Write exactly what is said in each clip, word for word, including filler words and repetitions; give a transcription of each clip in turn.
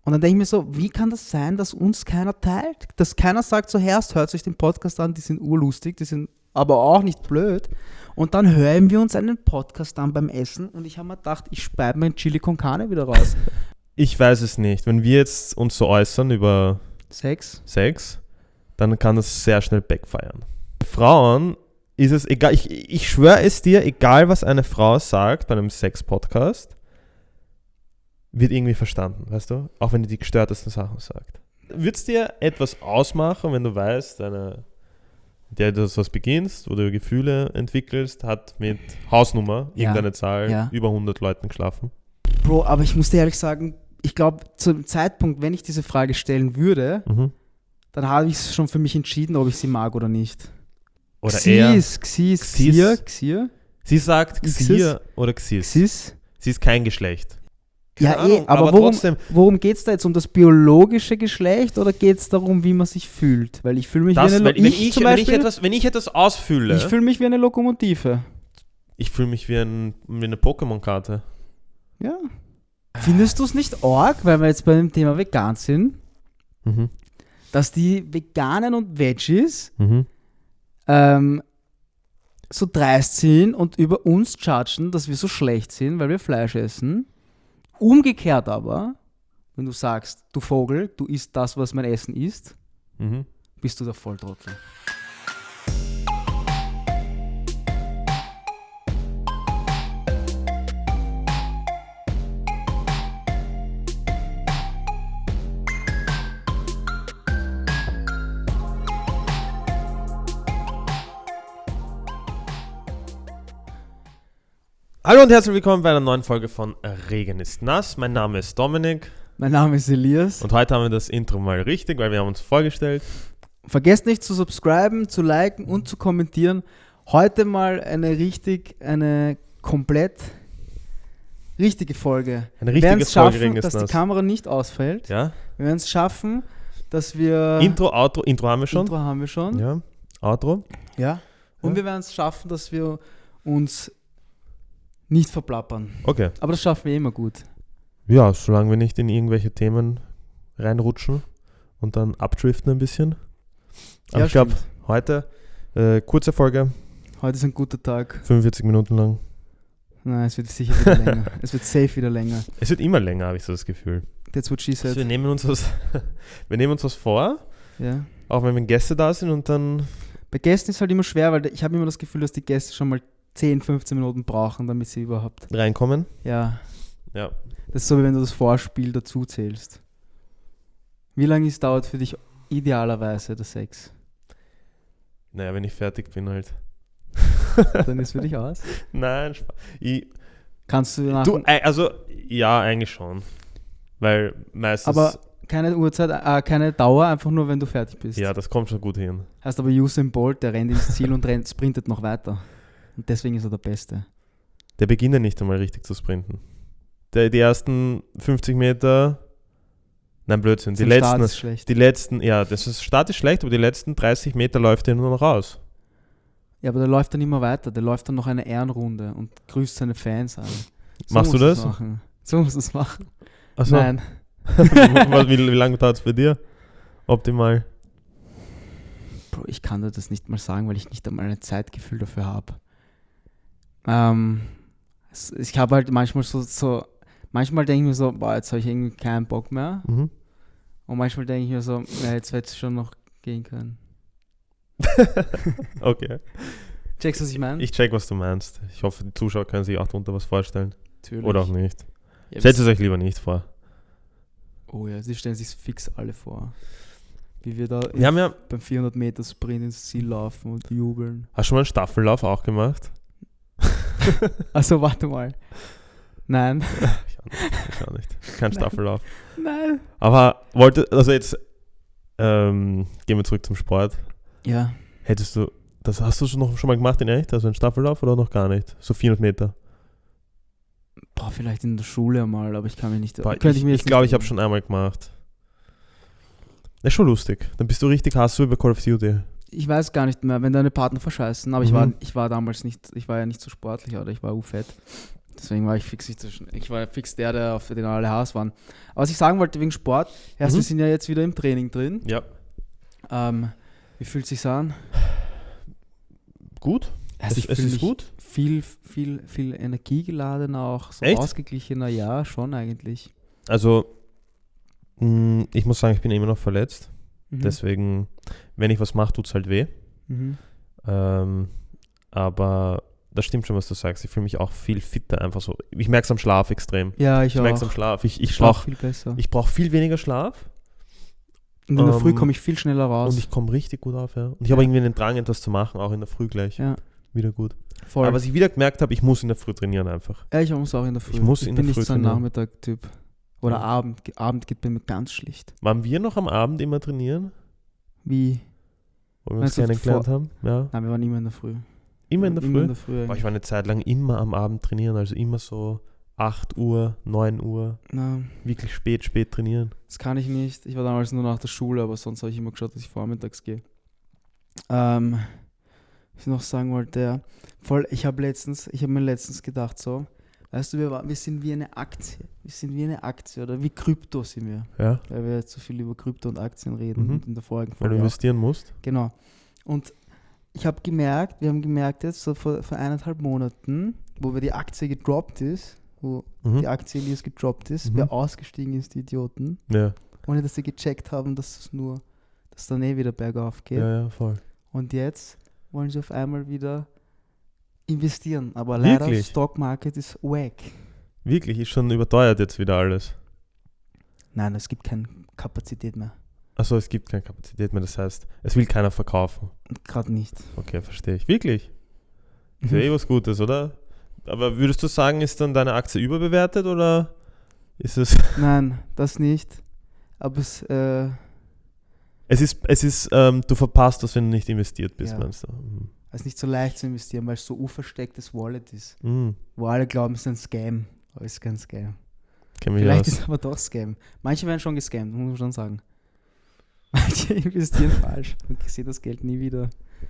Und dann denke ich mir so, wie kann das sein, dass uns keiner teilt? Dass keiner sagt so, Herrst, hört euch den Podcast an, die sind urlustig, die sind aber auch nicht blöd. Und dann hören wir uns einen Podcast an beim Essen und ich habe mir gedacht, ich speibe mein Chili con Carne wieder raus. Ich weiß es nicht. Wenn wir jetzt uns so äußern über Sex, Sex, dann kann das sehr schnell backfiren. Frauen ist es egal, ich, ich schwöre es dir, egal was eine Frau sagt bei einem Sex-Podcast, wird irgendwie verstanden, weißt du? Auch wenn die die gestörtesten Sachen sagt. Würde es dir etwas ausmachen, wenn du weißt, eine, mit der du was beginnst, wo du Gefühle entwickelst, hat mit Hausnummer, Ja. irgendeine Zahl, Ja. über hundert Leuten geschlafen? Bro, aber ich muss dir ehrlich sagen, ich glaube, zum Zeitpunkt, wenn ich diese Frage stellen würde, Mhm. dann habe ich es schon für mich entschieden, ob ich sie mag oder nicht. Oder eher, Xis, Xis, Xis. Xier, Xier, sie sagt Xis. Xier oder Xis. Xis. Sie ist kein Geschlecht. Ja, Keine eh, Ahnung, aber, aber worum, trotzdem- worum geht es da jetzt? Um das biologische Geschlecht oder geht es darum, wie man sich fühlt? Weil ich fühle mich Das, wie eine wenn, Lo- wenn, ich ich, zum wenn, ich Beispiel, etwas, wenn ich etwas ausfülle, ich fühle mich wie eine Lokomotive. ich fühle mich wie, ein, wie eine Pokémon-Karte. Ja. Findest du es nicht arg, weil wir jetzt bei dem Thema vegan sind, Mhm. dass die Veganen und Veggies Mhm. ähm, so dreist sind und über uns judgen, dass wir so schlecht sind, weil wir Fleisch essen. Umgekehrt aber, wenn du sagst, du Vogel, du isst das, was mein Essen ist, Mhm. bist du der Volltrottel. Hallo und herzlich willkommen bei einer neuen Folge von Regen ist nass. Mein Name ist Dominik Mein Name ist Elias. und heute haben wir das Intro mal richtig, weil wir haben uns vorgestellt. Vergesst nicht zu subscriben, zu liken und zu kommentieren. Heute mal eine richtig, eine komplett richtige Folge. Eine Wir werden richtige es Folge schaffen, Regen ist dass die nass. Kamera nicht ausfällt. Ja? Wir werden es schaffen, dass wir... Intro, Outro, Intro haben wir schon. Intro haben wir schon. Ja. Outro. Ja. Und Ja. wir werden es schaffen, dass wir uns nicht verplappern. Okay. Aber das schaffen wir immer gut. Ja, solange wir nicht in irgendwelche Themen reinrutschen und dann abdriften ein bisschen. Aber Ja, ich glaube, stimmt. heute äh, kurze Folge, Heute ist ein guter Tag. fünfundvierzig Minuten lang. Nein, es wird sicher wieder länger. Es wird safe wieder länger. Es wird immer länger, habe ich so das Gefühl. That's what she Also wir said. nehmen uns was, wir nehmen uns was vor, Ja. auch wenn Gäste da sind und dann Bei Gästen ist halt immer schwer, weil ich habe immer das Gefühl, dass die Gäste schon mal zehn, fünfzehn Minuten brauchen, damit sie überhaupt... reinkommen. Ja, Ja. das ist so, wie wenn du das Vorspiel dazu zählst. Wie lange es dauert für dich idealerweise der Sex? Naja, wenn ich fertig bin halt. Dann ist für dich aus. Nein, Spa- ich, Kannst du nach... du, äh, also ja, eigentlich schon. Weil meistens, aber keine Uhrzeit, äh, keine Dauer, einfach nur, wenn du fertig bist. ja, das kommt schon gut hin. Heißt aber Usain Bolt, der rennt ins Ziel und rennt, sprintet noch weiter. Und deswegen ist er der Beste. Der beginnt ja nicht einmal richtig zu sprinten. Der, die ersten fünfzig Meter, nein, Blödsinn, die Sein Start letzten, ist schlecht. die letzten, ja, das ist, Start ist schlecht, aber die letzten dreißig Meter läuft er nur noch raus. Ja, aber der läuft dann immer weiter. Der läuft dann noch eine Ehrenrunde und grüßt seine Fans an. So Machst du musst du's das? Machen. So musst du es machen. Achso, Nein. wie, wie lange dauert es bei dir? Optimal. Bro, ich kann dir das nicht mal sagen, weil ich nicht einmal ein Zeitgefühl dafür habe. Ähm, es- ich habe halt manchmal so, so manchmal denke ich mir so, boah, jetzt habe ich irgendwie keinen Bock mehr. Mhm. Und manchmal denke ich mir so, ja, jetzt wird es schon noch gehen können. Okay. Checkst du, was ich meine? Ich check, was du meinst. Ich hoffe, die Zuschauer können sich auch darunter was vorstellen. Natürlich. Oder auch nicht. Ja, Stellt es euch lieber nicht vor. oh ja, sie stellen sich fix alle vor. Wie wir da Wir haben ja, beim vierhundert Meter Sprint ins Ziel laufen und jubeln. hast du schon mal einen Staffellauf auch gemacht? Also warte mal. Nein. Ich auch nicht. Ich auch nicht. Kein Nein. Staffellauf. Nein. Aber wollte, also jetzt ähm, gehen wir zurück zum Sport. Ja. Hättest du, das hast du schon noch schon mal gemacht in echt? Also einen Staffellauf oder noch gar nicht? So vierhundert Meter? Boah, vielleicht in der Schule mal, aber ich kann mich nicht... Boah, könnte ich mir ich jetzt glaube, nicht ich habe schon einmal gemacht. Das ist schon lustig. Dann bist du richtig Hass über Call of Duty. Ich weiß gar nicht mehr, wenn deine Partner verscheißen, aber ich, war, Mhm. ich war damals nicht, ich war ja nicht so sportlich oder ich war u fett. Deswegen war ich fix nicht so schnell. Ich war fix der, der auf den alle Haas waren. Aber was ich sagen wollte wegen Sport, erst Mhm. wir sind ja jetzt wieder im Training drin. Ja. Ähm, wie fühlt es sich an? Gut. Also es ich es fühle ist mich gut. viel, viel, viel energiegeladener auch, so Echt? ausgeglichener, ja, schon eigentlich. Also, mh, ich muss sagen, ich bin immer noch verletzt. Mhm. Deswegen, wenn ich was mache, tut es halt weh. Mhm. Ähm, aber das stimmt schon, was du sagst. Ich fühle mich auch viel fitter einfach so. Ich merke es am Schlaf extrem. Ja, ich, Ich auch. merke es am Schlaf. Ich, ich schlaf brauche viel besser. ich brauch viel weniger Schlaf Und in der Früh ähm, komme ich viel schneller raus. und ich komme richtig gut auf. Ja. Und ich Ja. habe irgendwie den Drang, etwas zu machen, auch in der Früh gleich. ja, Wieder gut. voll. Aber was ich wieder gemerkt habe, ich muss in der Früh trainieren einfach. ja, ich muss auch in der Früh. Ich muss ich in bin der nicht Früh so ein trainieren. Nachmittag-Typ. Oder Ja. Abend. Ge- Abend geht bei mir ganz schlecht. Waren wir noch am Abend immer trainieren, Wie? wo wir uns Meinst du kennengelernt haben? Ja. Nein, wir waren immer in der Früh. Immer in der Immer Früh? in der Früh Boah, ich eigentlich. war eine Zeit lang immer am Abend trainieren, also immer so acht Uhr, neun Uhr, Na, wirklich spät, spät trainieren. das kann ich nicht. Ich war damals nur nach der Schule, aber sonst habe ich immer geschaut, dass ich vormittags gehe. Ähm, was ich noch sagen wollte, ja. Voll, ich habe letztens, ich habe mir letztens gedacht, so, weißt du, wir, war- wir sind wie eine Aktie. Wir sind wie eine Aktie oder wie Krypto sind wir. Ja, Weil wir jetzt so viel über Krypto und Aktien reden Mhm. und in der vorigen weil du Folge auch. investieren musst. Genau. Und ich habe gemerkt, wir haben gemerkt jetzt so vor, vor eineinhalb Monaten, wo wir die Aktie gedroppt ist, wo Mhm. die Aktie Elias gedroppt ist, Mhm. wer ausgestiegen ist, die Idioten, Ja, ohne dass sie gecheckt haben, dass es nur, dass dann eh wieder bergauf geht. ja, ja, voll. Und jetzt wollen sie auf einmal wieder investieren. Aber leider, Wirklich? Stock Market ist wack. Wirklich, ist schon überteuert jetzt wieder alles. Nein, es gibt keine Kapazität mehr. Achso, es gibt keine Kapazität mehr, das heißt, es will keiner verkaufen. Gerade nicht. Okay, verstehe ich. Wirklich? Ist ja Mhm. eh was Gutes, oder? Aber würdest du sagen, ist dann deine Aktie überbewertet oder ist es... Nein, das nicht. Aber es, äh, Es ist, es ist ähm, du verpasst das, wenn du nicht investiert bist, Ja. meinst du? Mhm. es ist nicht so leicht zu investieren, weil es so unverstecktes Wallet ist. Mhm. Wo alle glauben, es ist ein Scam. Aber es ist kein Scam. Kenn mich Vielleicht aus. ist es aber doch Scam. Manche werden schon gescammt, muss man schon sagen. Manche investieren falsch und sehen das Geld nie wieder.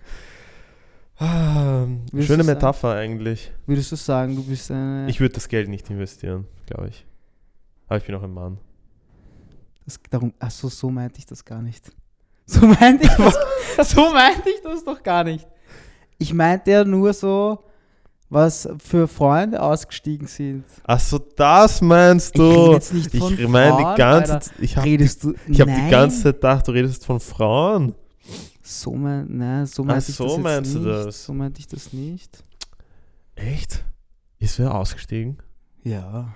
Ah, Würdest schöne du sagen- Metapher eigentlich. Würdest du sagen, du bist eine... Ich würde das Geld nicht investieren, glaube ich. Aber ich bin auch ein Mann. Das, darum, ach so, so meinte ich das gar nicht. So meinte ich das, so meinte ich das doch gar nicht. Ich meinte ja nur so, was für Freunde ausgestiegen sind. Ach so, das meinst Ich rede du? jetzt nicht von Ich meine Frauen, die ganze Alter. Zeit, ich habe Redest du... ich hab die Nein. ganze Zeit gedacht, du redest von Frauen. So, mein, nein, so meinte ich so das jetzt meinst du nicht. das? So meinte ich das nicht. Echt? Ist wer ausgestiegen? Ja.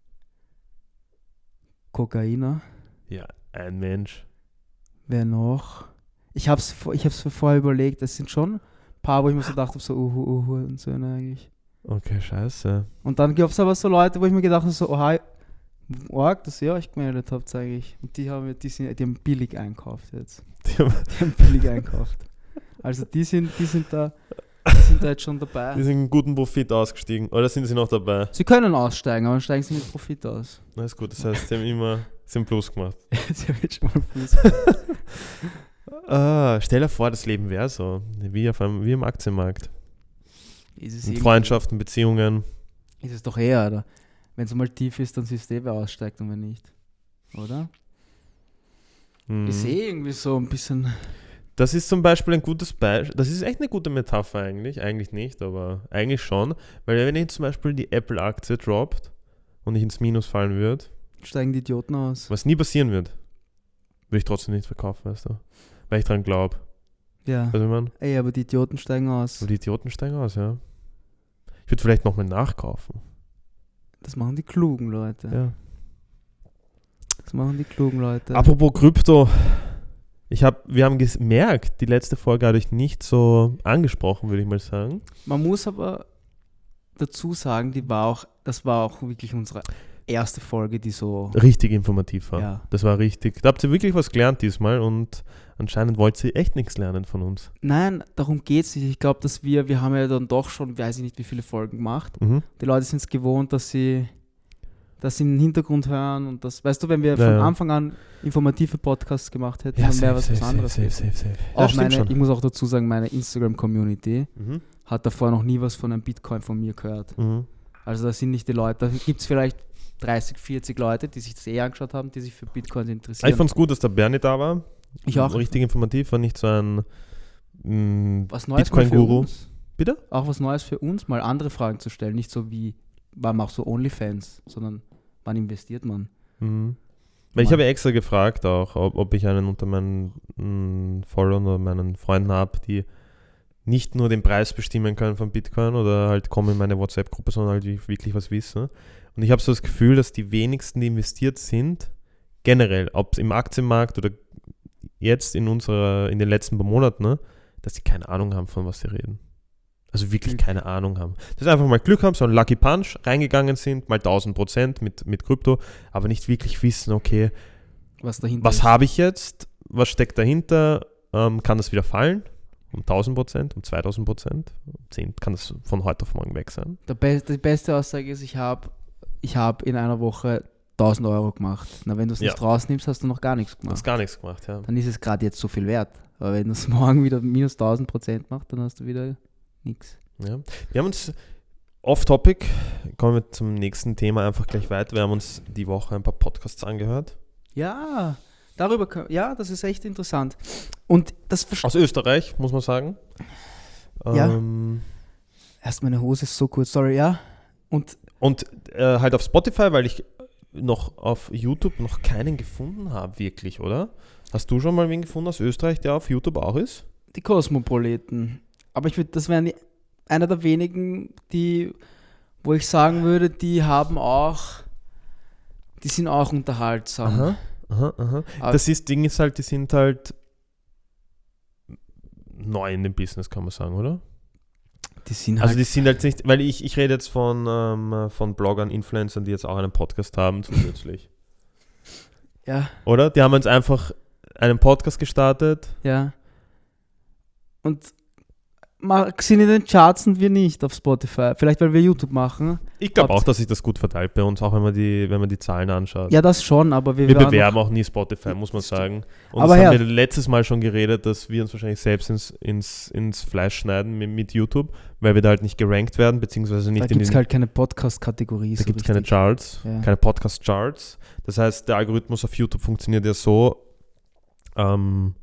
Kokainer. Ja, ein Mensch. Wer noch? Ich hab's, vor- ich hab's mir vorher überlegt. Es sind schon ein paar, wo ich mir so dachte, so uhu, uhu und so eigentlich. Okay, scheiße. Und dann gab es aber so Leute, wo ich mir gedacht habe, so, oha, arg, dass ihr euch gemeldet habt, eigentlich. Und die haben, die sind, die haben billig einkauft jetzt. Die haben, Die haben billig einkauft. Also die sind, die sind da, die sind da jetzt schon die dabei. sind einen guten Profit ausgestiegen. Oder sind sie noch dabei? Sie können aussteigen, aber dann steigen sie mit Profit aus. Na ist gut, das heißt, sie haben immer sie haben Plus gemacht. Sie haben jetzt schon mal Fuß. Ah, stell dir vor, das Leben wäre so. Wie, auf einem, wie im Aktienmarkt. Ist es Mit irgendwie- Freundschaften, Beziehungen. Ist es doch eher, oder? Wenn es mal tief ist, dann siehst du eh, wer aussteigt und wer nicht. Oder? Mhm. Ist eh irgendwie so ein bisschen. Das ist zum Beispiel ein gutes Beispiel. Das ist echt eine gute Metapher eigentlich. Eigentlich nicht, aber eigentlich schon. Weil wenn ich zum Beispiel die Apple-Aktie droppt und ich ins Minus fallen würde, Steigen die Idioten aus. was nie passieren wird, würde ich trotzdem nicht verkaufen, weißt du? Weil ich dran glaube. Ja. Weißt du, wie ich meine? Ey, aber die Idioten steigen aus. Aber die Idioten steigen aus, ja. Ich würde vielleicht nochmal nachkaufen. Das machen die klugen Leute. Ja. Das machen die klugen Leute. Apropos Krypto. Ich hab, wir haben gemerkt, die letzte Folge hatte ich nicht so angesprochen, würde ich mal sagen. Man muss aber dazu sagen, die war auch, das war auch wirklich unsere erste Folge, die so. Richtig informativ war. Ja. Das war richtig. Da habt ihr wirklich was gelernt diesmal und anscheinend wollt ihr echt nichts lernen von uns. Nein, darum geht es nicht. Ich glaube, dass wir, wir haben ja dann doch schon, weiß ich nicht, wie viele Folgen gemacht. Mhm. Die Leute sind es gewohnt, dass sie, dass sie im Hintergrund hören und das, weißt du, wenn wir Ja, von ja. Anfang an informative Podcasts gemacht hätten, dann wäre was, was anderes. safe, gewesen. safe, safe. Auch Ja, stimmt meine, schon. ich muss auch dazu sagen, meine Instagram-Community Mhm. hat davor noch nie was von einem Bitcoin von mir gehört. Mhm. Also da sind nicht die Leute, da gibt es vielleicht dreißig, vierzig Leute, die sich das eh angeschaut haben, die sich für Bitcoins interessieren. Ich fand es gut, dass der Bernie da war. Ich auch. Richtig informativ, war nicht so ein mh, was Neues mal für Bitcoin-Guru. uns. Bitte? Auch was Neues für uns, mal andere Fragen zu stellen. Nicht so wie, wann machst du OnlyFans, sondern wann investiert man? Mhm. Weil ich habe extra gefragt auch, ob, ob ich einen unter meinen mh, Followern oder meinen Freunden habe, die nicht nur den Preis bestimmen können von Bitcoin oder halt kommen in meine WhatsApp-Gruppe, sondern halt wirklich was wissen. Und ich habe so das Gefühl, dass die wenigsten, die investiert sind, generell, ob es im Aktienmarkt oder jetzt in unserer, in den letzten paar Monaten, ne, dass sie keine Ahnung haben, von was sie reden. Also wirklich keine Ahnung haben. Dass sie einfach mal Glück haben, so einen Lucky Punch reingegangen sind, mal tausend Prozent mit, mit Krypto, aber nicht wirklich wissen, okay, Was dahinter was ist. habe ich jetzt, was steckt dahinter, ähm, kann das wieder fallen? Um tausend Prozent, um zweitausend Prozent, um zehn, kann das von heute auf morgen weg sein? Der Be- die beste Aussage ist, ich habe ich hab in einer Woche tausend Euro gemacht. Na, wenn du es nicht Ja. rausnimmst, hast du noch gar nichts Du gemacht. hast gar nichts gemacht, ja. Dann ist es gerade jetzt so viel wert. Aber wenn du es morgen wieder minus tausend Prozent machst, dann hast du wieder nichts. Ja. Wir haben uns off-topic, kommen wir zum nächsten Thema einfach gleich weiter. Wir haben uns die Woche ein paar Podcasts angehört. Ja, darüber, können- ja, das ist echt interessant. Und das verstehe Aus Österreich, muss man sagen. Ja. Ähm, Erst meine Hose ist so kurz, sorry, ja. Und Und äh, halt auf Spotify, weil ich noch auf YouTube noch keinen gefunden habe, wirklich, oder? Hast du schon mal wen gefunden aus Österreich, der auf YouTube auch ist? die Kosmopoliten. Aber ich würde, das wären die, einer der wenigen, die, wo ich sagen würde, die haben auch, die sind auch unterhaltsam. Aha, aha, aha. Aber- Das ist, Ding ist halt, die sind halt neu in dem Business, kann man sagen, oder? Die sind halt, Also die sind halt nicht, weil ich, ich rede jetzt von, ähm, von Bloggern, Influencern, die jetzt auch einen Podcast haben zusätzlich. ja, Oder? Die haben jetzt einfach einen Podcast gestartet. ja. Und ma- sind in den Charts und wir nicht auf Spotify. Vielleicht, weil wir YouTube machen. Ich glaube Hat- auch, dass sich das gut verteilt bei uns, auch wenn man die, wenn man die Zahlen anschaut. Ja, das schon, aber wir, wir waren bewerben auch nie Spotify, muss man sagen. Und Aber das Herr- haben wir letztes Mal schon geredet, dass wir uns wahrscheinlich selbst ins, ins, ins Fleisch schneiden mit, mit YouTube, weil wir da halt nicht gerankt werden, beziehungsweise noch, nicht da in gibt es den... halt keine Podcast-Kategorie. Da so gibt es keine richtig. Charts, Ja. keine Podcast-Charts. Das heißt, der Algorithmus auf YouTube funktioniert ja so, ähm,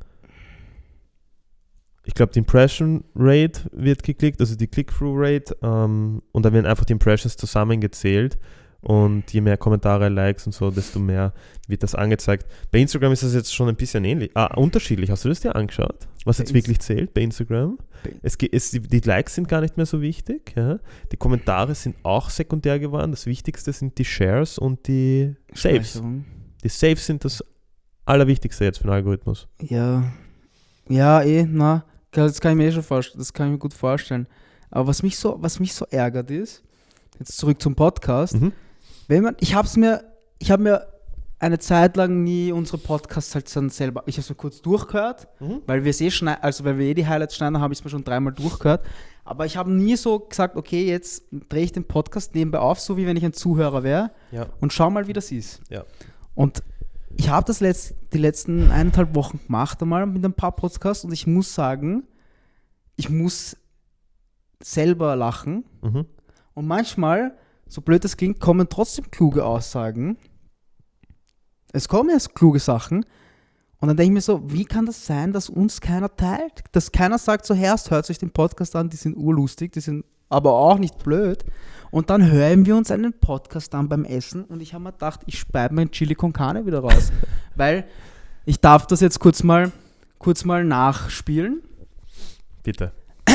ich glaube, die Impression Rate wird geklickt, also die Click-Through-Rate, ähm, und da werden einfach die Impressions zusammengezählt und je mehr Kommentare, Likes und so, desto mehr wird das angezeigt. Bei Instagram ist das jetzt schon ein bisschen ähnlich, ah, unterschiedlich. Hast du das dir angeschaut, was Bei jetzt Inst- wirklich zählt bei Instagram? Bei- Es, ge- es, die, die Likes sind gar nicht mehr so wichtig, ja? Die Kommentare sind auch sekundär geworden. Das Wichtigste sind die Shares und die Saves. Speicherung. Die Saves sind das Allerwichtigste jetzt für den Algorithmus. Ja, ja, eh, na, das kann ich mir eh schon vorstellen, das kann ich mir gut vorstellen. Aber was mich so, was mich so ärgert ist, jetzt zurück zum Podcast, Mhm. wenn man, ich hab's mir, ich habe mir eine Zeit lang nie unsere Podcasts halt dann selber, ich habe es mir kurz durchgehört, Mhm. weil wir es eh schneiden, also weil wir eh die Highlights schneiden, habe ich es mir schon dreimal durchgehört. Aber ich habe nie so gesagt, okay, jetzt drehe ich den Podcast nebenbei auf, so wie wenn ich ein Zuhörer wäre Ja. und schau mal, wie das ist. Ja. Und ich habe das letzt, die letzten eineinhalb Wochen gemacht einmal mit ein paar Podcasts und ich muss sagen, ich muss selber lachen Mhm. und manchmal, so blöd das klingt, kommen trotzdem kluge Aussagen. Es kommen erst kluge Sachen und dann denke ich mir so, wie kann das sein, dass uns keiner teilt? Dass keiner sagt so, Herrst, hört euch den Podcast an, die sind urlustig, die sind aber auch nicht blöd. Und dann hören wir uns einen Podcast an beim Essen und ich habe mir gedacht, ich speibe mein Chili con Carne wieder raus. Weil ich darf das jetzt kurz mal, kurz mal nachspielen. Bitte.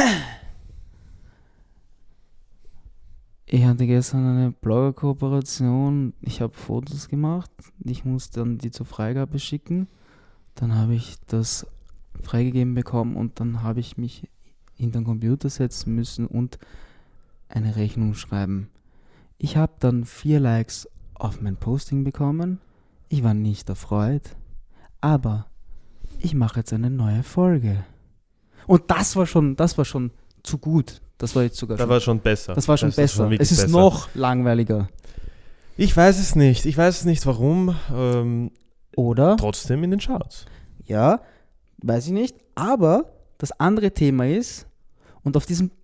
Ich hatte gestern eine Blogger-Kooperation. Ich habe Fotos gemacht. Ich musste dann die zur Freigabe schicken. Dann habe ich das freigegeben bekommen und dann habe ich mich hinter den Computer setzen müssen und eine Rechnung schreiben. Ich habe dann vier Likes auf mein Posting bekommen. Ich war nicht erfreut. Aber ich mache jetzt eine neue Folge. Und das war schon, das war schon zu gut. Das war jetzt sogar Da schon war schon besser. das war schon Das ist besser. wirklich Es ist besser. noch langweiliger. Ich weiß es nicht. Ich weiß es nicht, warum. Ähm, Oder? trotzdem in den Charts. Ja, weiß ich nicht. Aber das andere Thema ist, und auf diesem,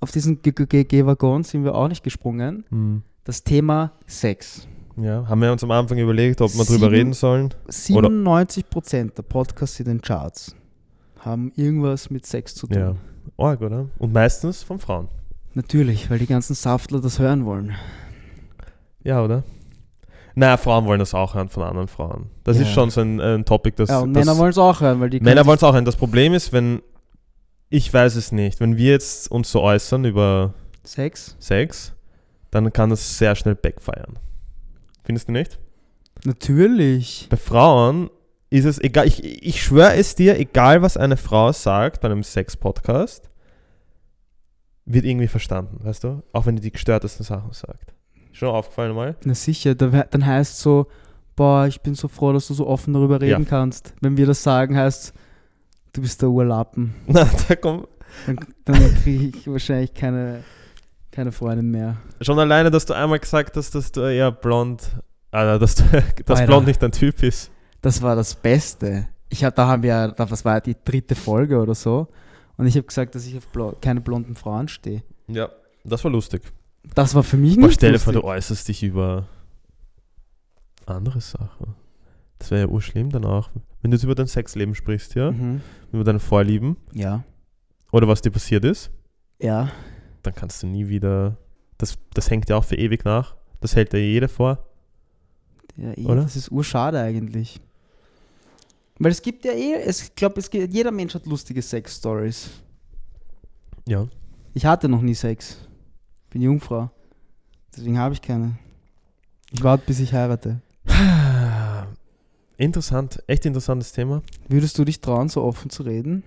auf diesen G G G-Waggon sind wir auch nicht gesprungen. Hm. Das Thema Sex. Ja, haben wir uns am Anfang überlegt, ob wir drüber Sieben- reden sollen. siebenundneunzig Prozent der Podcasts in den Charts haben irgendwas mit Sex zu tun. Ja, arg, oder? Und meistens von Frauen. Natürlich, weil die ganzen Saftler das hören wollen. Ja, oder? Naja, Frauen wollen das auch hören von anderen Frauen. Das Ja. ist schon so ein, ein Topic, das... Ja, und das Männer wollen es auch hören, weil die Männer können wollen es auch hören. Das Problem ist, wenn... Ich weiß es nicht. Wenn wir jetzt uns so äußern über sich Sex. Sex, dann kann das sehr schnell backfiren. Findest du nicht? Natürlich. Bei Frauen ist es egal, ich, ich schwöre es dir, egal was eine Frau sagt bei einem Sex-Podcast, wird irgendwie verstanden, weißt du? Auch wenn die die gestörtesten Sachen sagt. Schon aufgefallen mal? Na sicher, da, wär- dann heißt es so, boah, ich bin so froh, dass du so offen darüber reden Ja. kannst. Wenn wir das sagen, heißt du bist der Urlappen. Na, da kommt Dann, dann kriege ich wahrscheinlich keine, keine Freundin mehr. schon alleine, dass du einmal gesagt hast, dass du eher blond, ah, dass, du, dass Alter. blond nicht dein Typ ist. Das war das Beste. Ich hab, da haben wir, da- das war die dritte Folge oder so. Und ich habe gesagt, dass ich auf blo- keine blonden Frauen stehe. Ja, das war lustig. Das war für mich Boah, nicht stell dir vor, lustig. du äußerst dich über andere Sachen. Das wäre ja urschlimm dann auch. Wenn du jetzt über dein Sexleben sprichst, ja, Mhm. über deine Vorlieben Ja. oder was dir passiert ist, Ja. dann kannst du nie wieder, das, das hängt ja auch für ewig nach. Das hält dir jeder vor. Ja, eh, Oder? das ist urschade eigentlich. Weil es gibt ja eh, es, ich glaube, es gibt, jeder Mensch hat lustige Sex-Stories. Ja. Ich hatte noch nie Sex. Bin Jungfrau. Deswegen habe ich keine. Ich warte, bis ich heirate. Interessant, echt interessantes Thema. Würdest du dich trauen, so offen zu reden?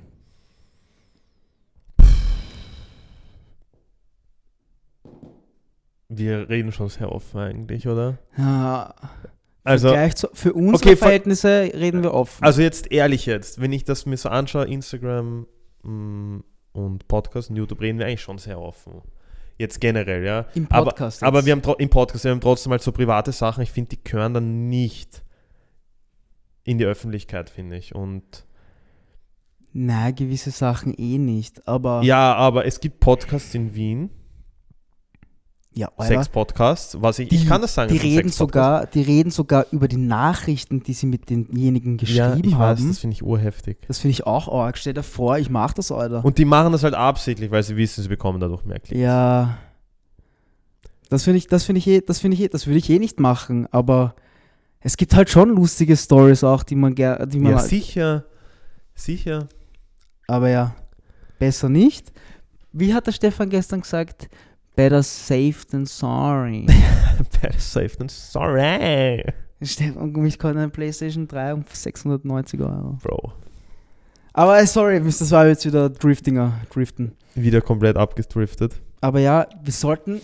Wir reden schon sehr offen eigentlich, oder? Ja. Also, Vergleich zu, für unsere Okay, ver- Verhältnisse reden wir offen. also jetzt ehrlich jetzt, wenn ich das mir so anschaue, Instagram mh, und Podcast und YouTube, reden wir eigentlich schon sehr offen. Jetzt generell, ja. Im aber, Podcast aber jetzt. wir haben tro- im Podcast, wir haben trotzdem halt so private Sachen, ich finde, die gehören dann nicht in die Öffentlichkeit, finde ich. Und Nein, gewisse Sachen eh nicht. Aber ja, aber es gibt Podcasts in Wien, ja, Alter, Sex-Podcasts, was ich, die, ich kann das sagen. die es ist ein reden, Sex-Podcast. sogar, die reden sogar über die Nachrichten, die sie mit denjenigen Ja, geschrieben ich weiß, haben. das finde ich urheftig. Das finde ich auch arg. Stell dir vor, ich mache das, Alter. Und die machen das halt absichtlich, weil sie wissen, sie bekommen dadurch mehr Klicks. Ja. Das finde ich, das finde ich eh, das finde ich eh, das würde ich eh nicht machen, aber es gibt halt schon lustige Stories auch, die man gerne, die man Ja, halt- sicher. Sicher. aber ja, besser nicht. Wie hat der Stefan gestern gesagt? Better safe than sorry. Better safe than sorry. Stefan, mich konnte eine PlayStation drei um sechshundertneunzig Euro. Bro. Aber äh, sorry, das war jetzt wieder Driftinger, Driften. Wieder komplett abgedriftet. Aber ja, wir sollten.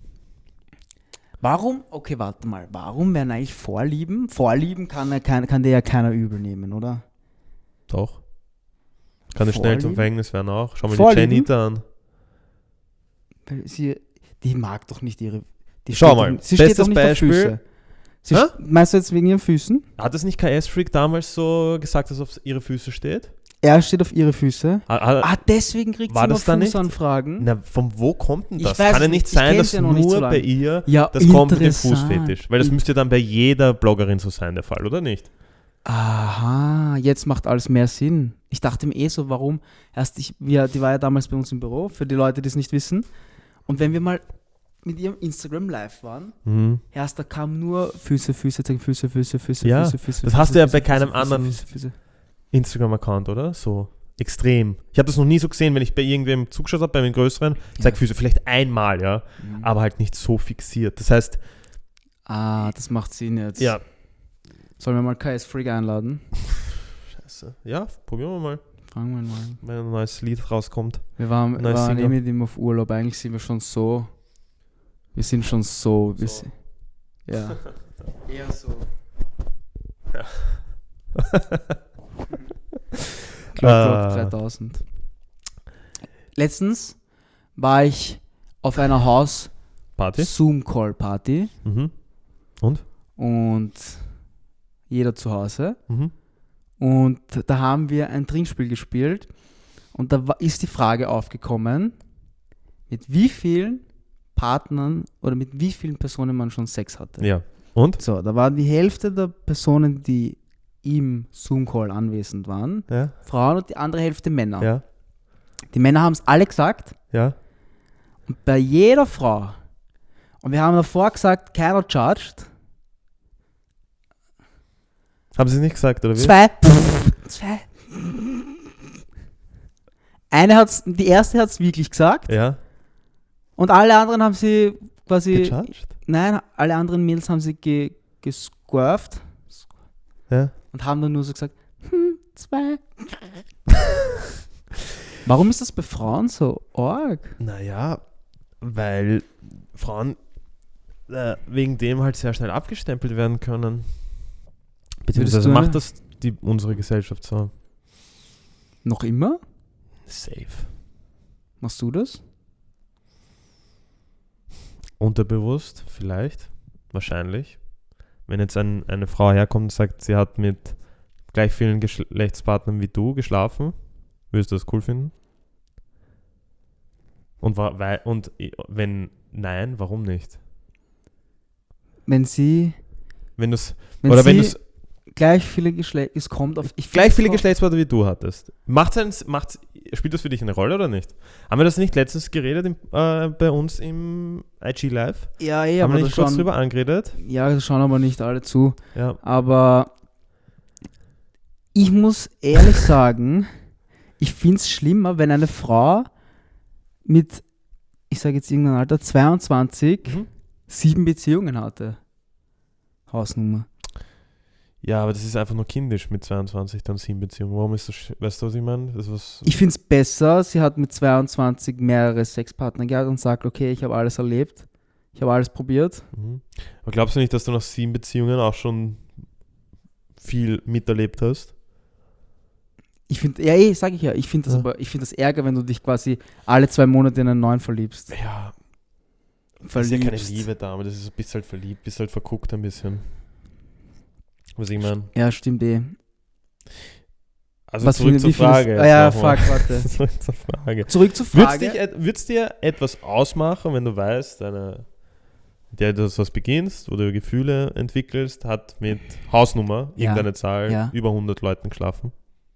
Warum? Okay, warte mal. Warum werden eigentlich Vorlieben? Vorlieben kann, er kein, kann dir ja keiner übel nehmen, oder? Doch. Kann es schnell zum Vorlieben? Verhängnis werden auch. Schau mal Vorlieben? die Janita an. Weil sie, die mag doch nicht ihre. Die Schau steht mal, doch, sie steht bestes doch nicht Beispiel. auf Füße. Sie Hä? st- meinst du jetzt wegen ihren Füßen? Hat es nicht K S-Freak damals so gesagt, dass es auf ihre Füße steht? Er steht auf ihre Füße. Ah, ah, Ah, deswegen kriegt War sie immer das da nicht? Fußanfragen. Na, von wo kommt denn Ich das? weiß Kann ja es nicht nicht. Ich sein, kenn's dass ja noch nicht so nur lange. bei ihr Ja, das kommt mit dem interessant. Fußfetisch. Weil das müsste dann bei jeder Bloggerin so sein, der Fall, oder nicht? Aha, jetzt macht alles mehr Sinn. Ich dachte mir eh so, warum? Erst ich, wir, die war ja damals bei uns im Büro, für die Leute, die es nicht wissen. Und wenn wir mal mit ihrem Instagram live waren, Mhm. erst da kam nur Füße, Füße, zeigen Füße, Füße, Füße, Ja, Füße, Füße. das Füße, hast du ja Füße, bei Füße, keinem Füße, anderen- Füße, Füße. Instagram-Account, oder? So extrem. Ich habe das noch nie so gesehen, wenn ich bei irgendwem zugeschaut habe, bei einem größeren, zeig Ja. Füße, vielleicht einmal, ja, Mhm. aber halt nicht so fixiert. Das heißt, Ah, das macht Sinn jetzt. ja, Sollen wir mal K S Freak einladen? scheiße. Ja, probieren wir mal, Fragen wir ihn mal. wenn ein neues Lied rauskommt. Wir waren, Neues waren eh Single. mit ihm auf Urlaub. Eigentlich sind wir schon so. Wir sind schon so. Wir So. si- ja. Eher so. Clock Ah. dreitausend. Letztens war ich auf einer Party? Haus-Zoom-Call-Party Mhm. Und? und jeder zu Hause. Mhm. Und da haben wir ein Trinkspiel gespielt und da wa- ist die Frage aufgekommen, mit wie vielen Partnern oder mit wie vielen Personen man schon Sex hatte. Ja. Und? So, da war die Hälfte der Personen, die im Zoom-Call anwesend waren, Ja. Frauen und die andere Hälfte Männer. Ja. Die Männer haben es alle gesagt Ja. und bei jeder Frau, und wir haben davor gesagt, keiner charged, Haben sie es nicht gesagt, oder wie? zwei, zwei. Eine hat's, die erste hat es wirklich gesagt Ja. und alle anderen haben sie quasi, Gecharged? nein, alle anderen Mädels haben sie ge, gesquirft Ja. und haben dann nur so gesagt, hm, zwei. Warum ist das bei Frauen so arg? Naja, weil Frauen äh, wegen dem halt sehr schnell abgestempelt werden können. Beziehungsweise du- macht das die, unsere Gesellschaft so Noch immer? safe. Machst du das? Unterbewusst vielleicht, wahrscheinlich. Wenn jetzt ein, eine Frau herkommt und sagt, sie hat mit gleich vielen Geschlechtspartnern wie du geschlafen, würdest du das cool finden? Und, wa- weil, und i- wenn nein, warum nicht? Wenn sie, Wenn du es wenn oder sie wenn du es gleich viele Geschlechter, es kommt auf, ich gleich find, viele es kommt- Geschlechtspartner wie du hattest, macht's ein, macht's, spielt das für dich eine Rolle oder nicht? Haben wir das nicht letztens geredet im, äh, bei uns im I G Live? Ja, eh, Haben aber wir das nicht kurz schauen, drüber angeredet? ja, das schauen aber nicht alle zu. Ja. Aber ich muss ehrlich sagen, ich finde es schlimmer, wenn eine Frau mit, ich sage jetzt irgendein Alter, zweiundzwanzig, Mhm. sieben Beziehungen hatte. Hausnummer. Ja, aber das ist einfach nur kindisch mit zweiundzwanzig dann sieben Beziehungen. Warum ist das, sch- weißt du, was ich meine? Das ist was, Ich finde es besser, sie hat mit zweiundzwanzig mehrere Sexpartner gehabt und sagt, okay, ich habe alles erlebt, ich habe alles probiert. mhm. Aber glaubst du nicht, dass du nach sieben Beziehungen auch schon viel miterlebt hast? Ich finde, ja, eh, sage ich ja, ich finde das Ja. aber, ich finde das Ärger, wenn du dich quasi alle zwei Monate in einen neuen verliebst. Ja, das ist ja keine Verliebst. Liebe da, aber das ist, bist halt verliebt, bist halt verguckt ein bisschen. Was ich meine. Ja, stimmt eh. Also Was zurück für- zur wie vieles- Frage. Ah, ja, jetzt nochmal. fuck, warte. Zurück zur Frage. Zurück zur Würde Frage. es dir etwas ausmachen, wenn du weißt, deine, der du was beginnst, wo du Gefühle entwickelst, hat mit Hausnummer, Ja. irgendeine Zahl, Ja. über hundert Leuten geschlafen?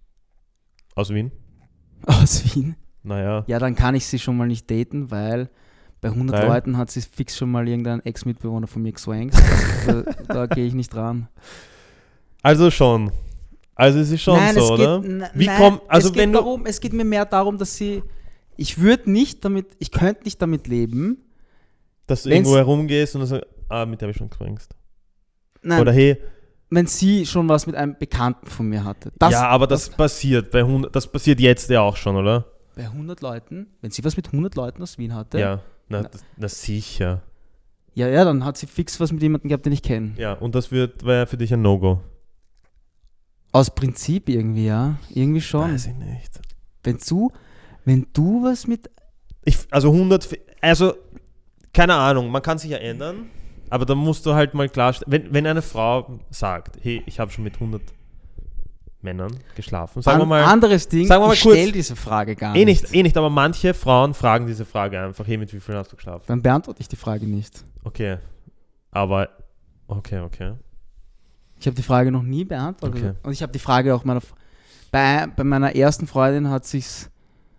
Aus Wien? Aus Wien. Naja. Ja, dann kann ich sie schon mal nicht daten, weil bei hundert Weil? Leuten hat sie fix schon mal irgendein Ex-Mitbewohner von mir geswankt. da da gehe ich nicht dran. Also schon. Also es ist schon Nein, so, es oder? geht, n- Wie nein, komm- also es, geht wenn du- darum, es geht mir mehr darum, dass sie, ich würde nicht damit, ich könnte nicht damit leben. Dass du wenn's- irgendwo herumgehst und dann sagst, ah, mit der habe ich schon geschwängst. Nein, Oder hey, wenn sie schon was mit einem Bekannten von mir hatte. Das, ja, aber das, passiert bei hundert, das passiert jetzt ja auch schon, oder? Bei hundert Leuten, wenn sie was mit hundert Leuten aus Wien hatte, Ja, na, Na. das, na sicher. ja, ja, dann hat sie fix was mit jemandem gehabt, den ich kenne. Ja, und das wird wäre für dich ein No-Go. Aus Prinzip irgendwie, ja. Irgendwie schon. Weiß ich nicht. Wenn du, wenn du was mit, Ich, also hundert, also keine Ahnung, man kann sich ja ändern, aber da musst du halt mal klarstellen, wenn, wenn eine Frau sagt, hey, ich habe schon mit hundert Männern geschlafen, sagen wir an, mal, anderes Ding, sagen wir mal ich kurz- stelle diese Frage gar eh nicht. nicht, eh nicht, aber manche Frauen fragen diese Frage einfach, hey, mit wie vielen hast du geschlafen? Dann beantworte ich die Frage nicht. Okay, aber, okay, okay. Ich habe die Frage noch nie beantwortet. Okay. Und ich habe die Frage auch meiner, bei, bei meiner ersten Freundin hat sich's,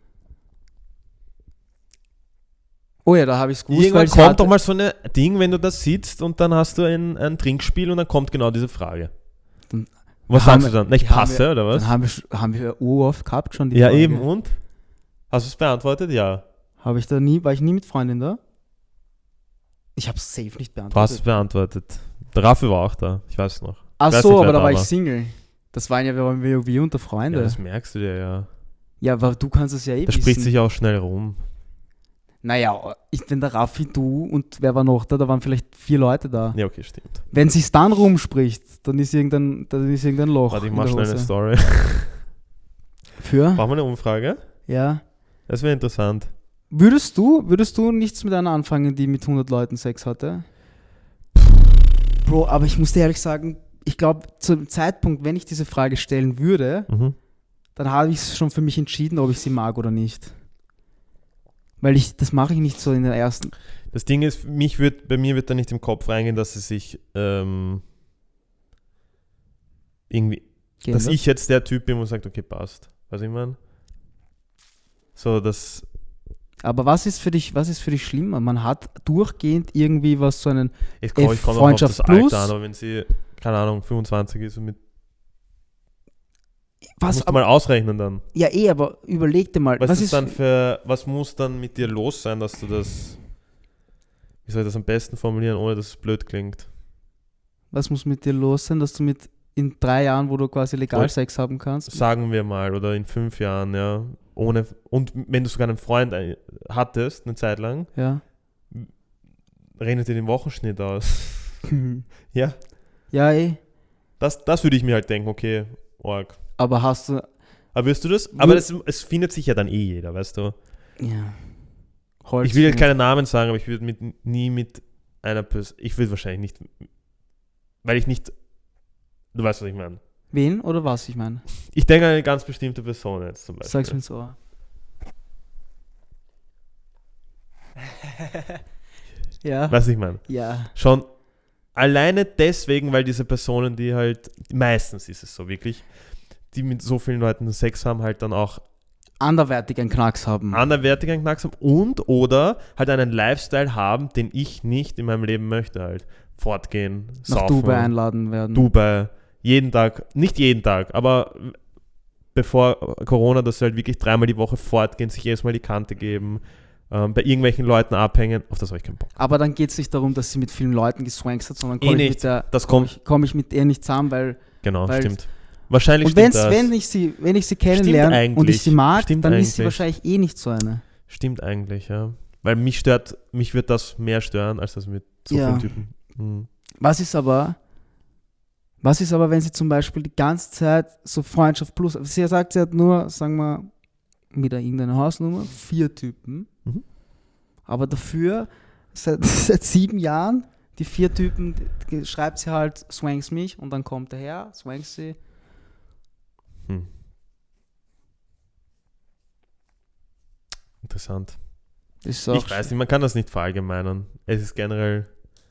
oh ja, da habe ich es gewusst, Irgendwann sie kommt hatte- doch mal so ein Ding, wenn du da sitzt und dann hast du ein, ein Trinkspiel und dann kommt genau diese Frage. Dann Was haben sagst du wir- dann? Na, ich die haben passe, wir- oder was? Dann haben wir, sch- haben wir oft gehabt schon die Ja, Frage. eben, und? Hast du es beantwortet? Ja. Habe ich da nie, war ich nie mit Freundin da? Ich habe es safe nicht Du hast beantwortet. es beantwortet. Der Raffi war auch da, ich weiß noch. Ach weiß so, nicht, wer aber da da war ich war. Single. Das waren ja, wir waren wir wie unter Ja, Freunde. das merkst du dir ja. Ja, aber du kannst es ja eh Da wissen. spricht sich auch schnell rum. Naja, ich bin der Raffi, du und wer war noch da? Da waren vielleicht vier Leute da. Ja, okay, stimmt. Wenn sich's dann rumspricht, dann ist irgendein, dann ist irgendein Loch. Warte, ich in mach der schnell eine Hose. Story. Für? Machen wir eine Umfrage? Ja. Das wäre interessant. Würdest du, würdest du nichts mit einer anfangen, die mit hundert Leuten Sex hatte? Bro, aber ich muss dir ehrlich sagen, ich glaube, zum Zeitpunkt, wenn ich diese Frage stellen würde, Mhm. dann habe ich es schon für mich entschieden, ob ich sie mag oder nicht. Weil ich, das mache ich nicht so in der ersten. Das Ding ist, mich wird, bei mir wird da nicht im Kopf reingehen, dass es sich ähm, irgendwie, Geändert. dass ich jetzt der Typ bin und sagt, okay, passt. Weißt du, ich meine? So, das, Aber was ist für dich, was ist für dich schlimmer? Man hat durchgehend irgendwie was so einen ich komme ich komm auch auf Freundschaft das plus. Alter an, aber wenn sie, keine Ahnung, fünfundzwanzig ist und mit, was musst du aber, mal ausrechnen dann. ja eh, aber überleg dir mal, Was, was ist ist dann für, was muss dann mit dir los sein, dass du das, wie soll ich das am besten formulieren, ohne dass es blöd klingt? was muss mit dir los sein, dass du mit in drei Jahren, wo du quasi legal Voll. Sex haben kannst, Sagen wir mal, oder in fünf Jahren, ja, ohne, und wenn du sogar einen Freund ein- hattest, eine Zeit lang, ja. rechnet dir den Wochenschnitt aus. Ja, Ja, eh. das, das würde ich mir halt denken, okay, org. Aber hast du, Aber wirst du das? Aber Wür- das, es findet sich ja dann eh jeder, weißt du? ja. Holz Ich will jetzt findet- keine Namen sagen, aber ich würde mit, nie mit einer Person, ich würde wahrscheinlich nicht, weil ich nicht, du weißt, was ich meine. Wen oder was, ich meine? Ich denke an eine ganz bestimmte Person jetzt zum Beispiel. Sag's mir ins Ohr. ja. Weißt du, was ich meine? Ja. Schon alleine deswegen, weil diese Personen, die halt, meistens ist es so wirklich, die mit so vielen Leuten Sex haben, halt dann auch Anderweitig einen Knacks haben. anderweitig einen Knacks haben und oder halt einen Lifestyle haben, den ich nicht in meinem Leben möchte halt. Fortgehen, Nach saufen. Dubai einladen werden. Dubai, jeden Tag, nicht jeden Tag, aber bevor Corona, dass sie halt wirklich dreimal die Woche fortgehen, sich jedes Mal die Kante geben, ähm, bei irgendwelchen Leuten abhängen, auf das habe ich keinen Bock. Aber dann geht es nicht darum, dass sie mit vielen Leuten geswankt hat, sondern Eh komme ich, nicht. mit der- Das komm kommt- ich, komm ich mit ihr nicht zusammen, weil Genau, Weil- stimmt. Wahrscheinlich und stimmt wenn's, das. wenn ich sie, wenn ich sie kennenlerne eigentlich. und ich sie mag, Stimmt dann ist sie eigentlich. wahrscheinlich eh nicht so eine. Stimmt eigentlich, ja. Weil mich stört, mich wird das mehr stören, als das mit so Ja. vielen Typen. Hm. Was ist aber, was ist aber, wenn sie zum Beispiel die ganze Zeit so Freundschaft plus, sie sagt, sie hat nur, sagen wir, mit irgendeiner Hausnummer, vier Typen, Mhm. aber dafür seit, seit sieben Jahren, die vier Typen, die, schreibt sie halt, swanks mich und dann kommt der her, swanks sie. Hm. Interessant. Das ist auch Ich weiß nicht, man kann das nicht verallgemeinern. Es ist generell.